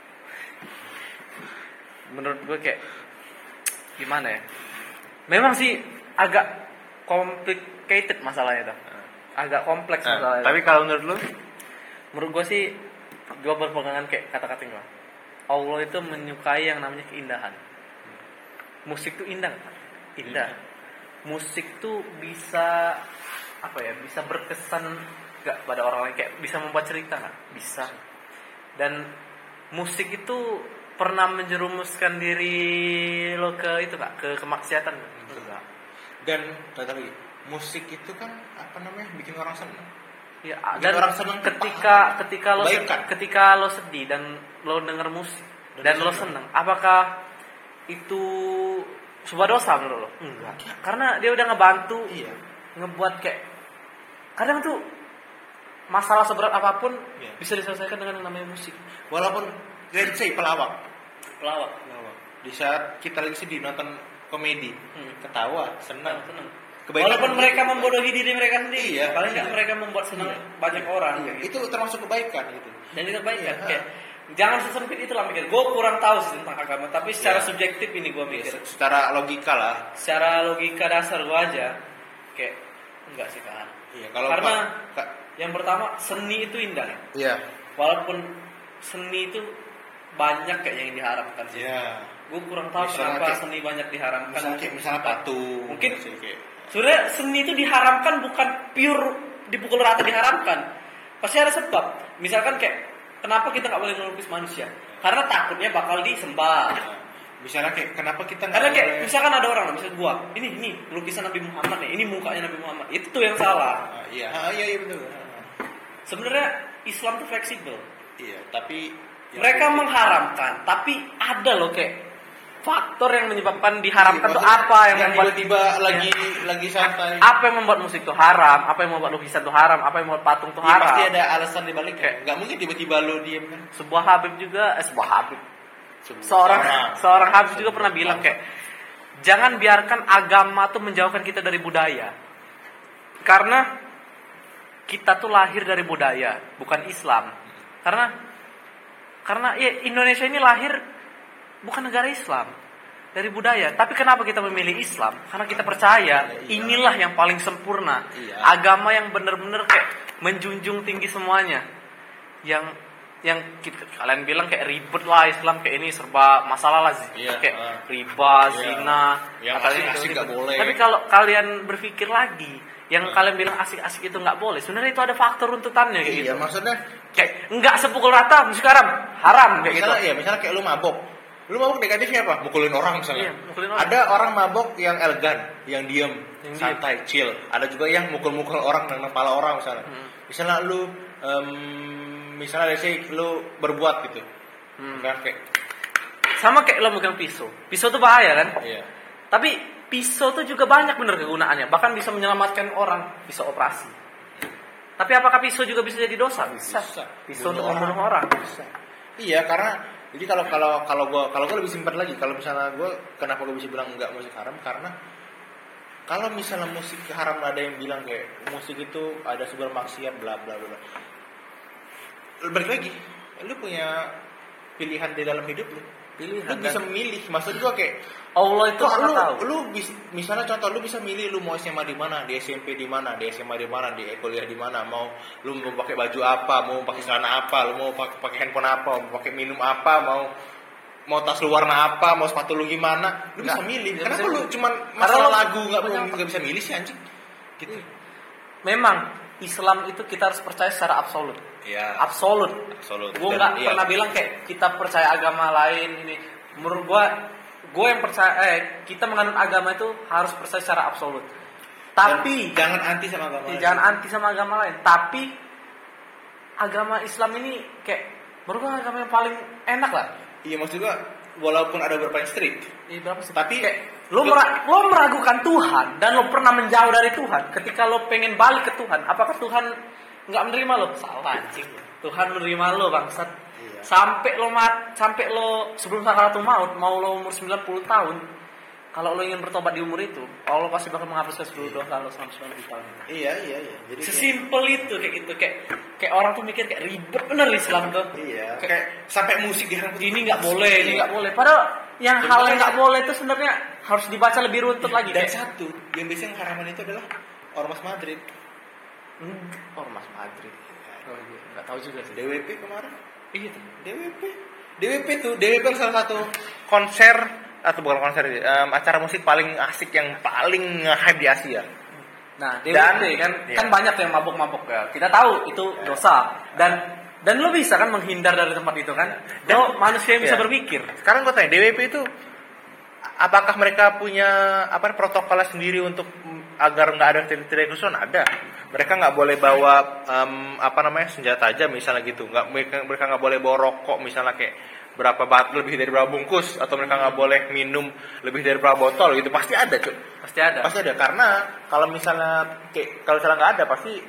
Menurut gue kayak gimana ya? Memang sih agak complicated masalahnya tuh. Agak kompleks Nah, masalahnya. tapi kalau menurut lu Menurut gue sih gue berpegangan kayak kata-kata gue. Allah itu menyukai yang namanya keindahan. Musik tuh indah, kan? Indah. Musik tuh bisa apa ya? Bisa berkesan gak pada orang lain, kayak bisa membuat cerita nggak? Bisa. Dan musik itu pernah menjerumuskan diri lo ke itu kak, ke kemaksiatan nggak? Enggak. dan kata lagi musik itu kan apa namanya bikin orang senang. Ya, Bikin dan orang senang ketika ketika lo sedih, Kebaikan. ketika lo sedih dan lo denger musik Dan dan, lo lo seneng, apakah itu sebuah dosa menurut lo? Enggak. Karena dia udah ngebantu, Iya. ngebuat kayak kadang tuh masalah seberat apapun Iya. bisa diselesaikan dengan yang namanya musik. Walaupun let's say pelawak. Pelawak. Pelawak. Di saat kita lagi sedih nonton komedi, Hmm. ketawa, senang, Senang. Kebaikan Walaupun itu- mereka membodohi diri mereka sendiri, Iya, paling iya. nggak mereka membuat senang Iya. banyak orang. Iya, gitu. itu termasuk kebaikan gitu. Dan itu baik kan? Iya. Kayak, jangan sesempit itulah mikir. Gue kurang tahu sih tentang agama, tapi secara Iya. subjektif ini gue mikir. Se- Secara logika lah. Secara logika dasar gue aja, kayak enggak sih kan? Iya, kalau Karena Pak- Kak- yang pertama seni itu indah. iya. Walaupun seni itu banyak kayak yang diharapkan sih. Iya. Gue kurang tahu Misalnya kenapa kayak- seni banyak diharamkan. Misalnya kayak misalnya patung. Mungkin misalnya kayak sebenarnya seni itu diharamkan bukan pure dipukul rata diharamkan. Pasti ada sebab. Misalkan kayak kenapa kita nggak boleh melukis manusia? Karena takutnya bakal disembah. Nah, misalnya kayak kenapa kita nggak Karena kayak boleh- misalkan ada orang, misalnya gua, ini ini lukisan Nabi Muhammad nih, ini mukanya Nabi Muhammad. Itu yang salah. Ah, iya, ah, iya, iya betul. Ah, Sebenarnya Islam tuh fleksibel. iya, tapi yang- Mereka mengharamkan, tapi ada loh kayak faktor yang menyebabkan diharamkan Iya, tuh maksudnya apa yang yang membuat tiba-tiba lagi lagi santai. apa yang membuat musik tuh haram, apa yang membuat lukisan tuh haram, apa yang membuat patung tuh Iya, haram. pasti ada alasan dibalik Kayak- kan. Nggak mungkin tiba-tiba lo diem kan. Sebuah Habib juga, eh sebuah Habib, Sebuah seorang orang. seorang Habib juga Sebuah pernah orang. bilang kayak jangan biarkan agama tuh menjauhkan kita dari budaya. Karena kita tuh lahir dari budaya, bukan Islam. Karena karena ya Indonesia ini lahir bukan negara Islam, dari budaya. Tapi kenapa kita memilih Islam? Karena kita percaya Iya. inilah yang paling sempurna. Iya. Agama yang benar-benar kayak menjunjung tinggi semuanya. Yang yang kita, kalian bilang kayak ribet lah Islam, kayak ini serba masalah lah sih. Iya, Kayak ah. riba, Iya. zina, Yang katanya asik-asik gitu. nggak boleh. Tapi kalau kalian berpikir lagi, yang Hmm. kalian bilang asik-asik itu nggak boleh, sebenarnya itu ada faktor runtutannya kayak Iya, gitu. maksudnya Kayak nggak sepukul rata musik haram, haram kayak gitu. misalnya, iya, misalnya kayak lu mabok. Lu mabok negatifnya apa? Mukulin orang misalnya. Iya, mukulin orang. Ada orang mabok yang elegan, yang diem, Yang santai, chill. Ada juga yang mukul-mukul orang dengan kepala orang misalnya. Hmm. Misalnya lu em, misalnya let's say lu berbuat gitu. Hmm. Kan kayak Sama kayak lo megang pisau. Pisau tuh bahaya kan? iya. Tapi pisau tuh juga banyak bener kegunaannya. Bahkan bisa menyelamatkan orang, pisau operasi. Tapi apakah pisau juga bisa jadi dosa? Bisa. Bisa. Pisau untuk Bunuh membunuh orang. Bisa. Iya, karena jadi kalau kalau kalau gua kalau gua lebih simpel lagi. Kalau misalnya gua kenapa gua bisa bilang enggak musik haram karena kalau misalnya musik haram ada yang bilang kayak musik itu ada sumber maksiat bla bla bla. Balik lagi, lu punya pilihan di dalam hidup lu. Pilihan, Lu bisa kan? memilih. Maksud gua kayak Allah itu kok maha lu tahu. lu bis, misalnya contoh lu bisa milih lu mau S M A di mana, di S M P di mana, di S M A di mana, di kuliah di mana, mau lu mau pakai baju apa, mau pakai celana apa, lu mau pakai pakai handphone apa, mau pakai minum apa, mau mau tas lu warna apa, mau sepatu lu gimana, lu Nggak, bisa milih. nggak Kenapa bisa lu milih. cuman Karena masalah lu lagu nggak punya nggak bisa milih sih anjing? Gitu. Memang Islam itu kita harus percaya secara absolut. Iya. Absolut. Absolut. Gue Dan- nggak iya. pernah bilang kayak kita percaya agama lain ini. Menurut gue, gue yang percaya eh kita menganut agama itu harus percaya secara absolut. Tapi Dan jangan anti sama agama. ya, lain. jangan anti sama agama lain. Tapi agama Islam ini kayak menurut gue agama yang paling enak lah. Iya, maksud gua walaupun ada beberapa yang strict, Di berapa sih? tapi Kayak lo mera- lo meragukan Tuhan dan lo pernah menjauh dari Tuhan. Ketika lo pengen balik ke Tuhan, apakah Tuhan nggak menerima lo? Salah anjing. Tuhan menerima lo bangsat. Iya. Sampai lo mat, sampai lo sebelum sakaratul maut, mau lo umur sembilan puluh tahun, kalau lo ingin bertobat di umur itu, Allah pasti bakal menghapuskan seluruh dosa lo selama sembilan puluh tahun. iya iya iya. Jadi kayak- Sesimpel itu kayak gitu, kayak kayak orang tuh mikir kayak ribet bener Islam tuh. iya, kayak sampai musik diharam. Ini nggak boleh, ini nggak boleh. Padahal yang hal yang nggak boleh itu sebenarnya harus dibaca lebih runtut lagi. Dan Kayak, satu yang biasanya haraman itu adalah Ormas Madrid, Hmm, Ormas Madrid. Oh iya, nggak tahu juga sih. D W P kemarin. Iya tuh. D W P, D W P tuh, D W P salah satu konser atau bukan konser, um, acara musik paling asik yang paling hype di Asia. Nah, D W P Dan- kan iya. kan banyak yang mabuk-mabuk ya. Kita tahu itu dosa dan dan lo bisa kan menghindar dari tempat itu kan. Dan- Lo manusia yang bisa iya. berpikir. Sekarang gue tanya, D W P itu apakah mereka punya apa protokolnya sendiri untuk mm, agar nggak ada titik-titik kerusuhan? Ada. Mereka nggak boleh bawa em, apa namanya senjata aja misalnya gitu. Nggak mereka mereka nggak boleh bawa rokok misalnya kayak berapa bat lebih dari berapa bungkus atau mereka nggak boleh minum lebih dari berapa botol gitu. Pasti ada cuy. Pasti ada. Pasti ada karena kalau misalnya kayak kalau misalnya nggak ada pasti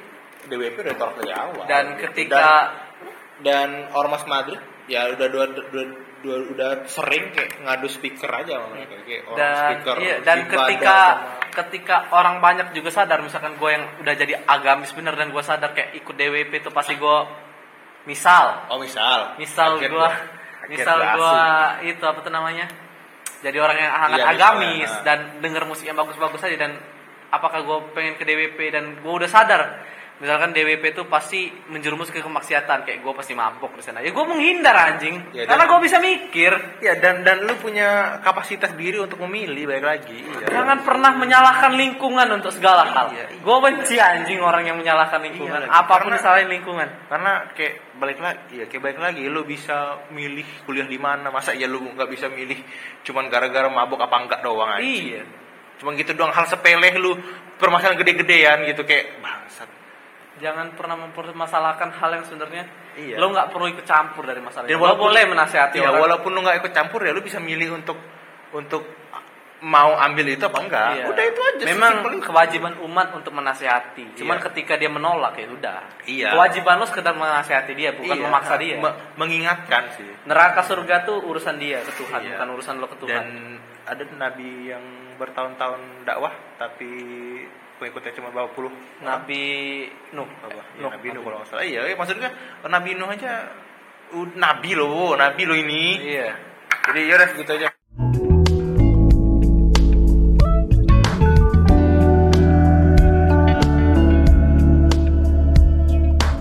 D W P udah ditolak dari awal. Dan gitu. ketika dan, dan Ormas Madrid ya udah dua, dua, dua udah sering kayak ngadu speaker aja sama mereka kayak orang dan speaker. iya, dan ibadah ketika sama- ketika orang banyak juga sadar, misalkan gue yang udah jadi agamis bener dan gue sadar kayak ikut D W P itu pasti gue misal oh misal misal Akhir gue gua- misal akhir gue berasu. itu apa tuh namanya, jadi orang yang sangat Iya, agamis misalnya. dan denger musik yang bagus-bagus aja, dan apakah gue pengen ke D W P dan gue udah sadar misalkan D W P itu pasti menjerumus ke kemaksiatan, kayak gue pasti mabok di sana, ya gue menghindar anjing Ya, dan- karena gue bisa mikir. ya dan dan lu punya kapasitas diri untuk memilih baik lagi. Iya. Jangan pernah menyalahkan lingkungan untuk segala hal. Iya, iya. Gue benci anjing orang yang menyalahkan lingkungan. Iya lagi. Apapun Karena- disalahin lingkungan. Karena kayak balik lagi, ya kayak balik lagi, lu bisa milih kuliah di mana, masa ya lu nggak bisa milih cuman gara-gara mabuk apa enggak doang aja. Iya. Cuman gitu doang, hal sepele lu permasalahan gede-gedean gitu kayak bangsat. Jangan pernah mempermasalahkan hal yang sebenarnya Iya. lo nggak perlu ikut campur dari masalah Dan itu. Lo boleh menasihati ya, orang. walaupun lu nggak ikut campur ya lu bisa milih untuk untuk mau ambil itu apa enggak. Iya. Udah itu aja. Memang sesimpel itu. kewajiban umat untuk menasihati. Cuman Iya. ketika dia menolak ya udah. Iya. Kewajiban lo sekedar menasihati dia, bukan Iya. memaksa dia. Me- mengingatkan sih. Neraka surga tuh urusan dia ke Tuhan, Iya. bukan urusan lo ke Tuhan. Dan ada nabi yang bertahun-tahun dakwah tapi pengikutnya cuma berapa puluh Nabi Nuh. apa? Ya, Nuh. Nabi Nuh kalau nggak salah. Iya, iya, maksudnya Nabi Nuh aja uh, nabi loh, nabi loh ini. Iya. Jadi ya udah gitu aja.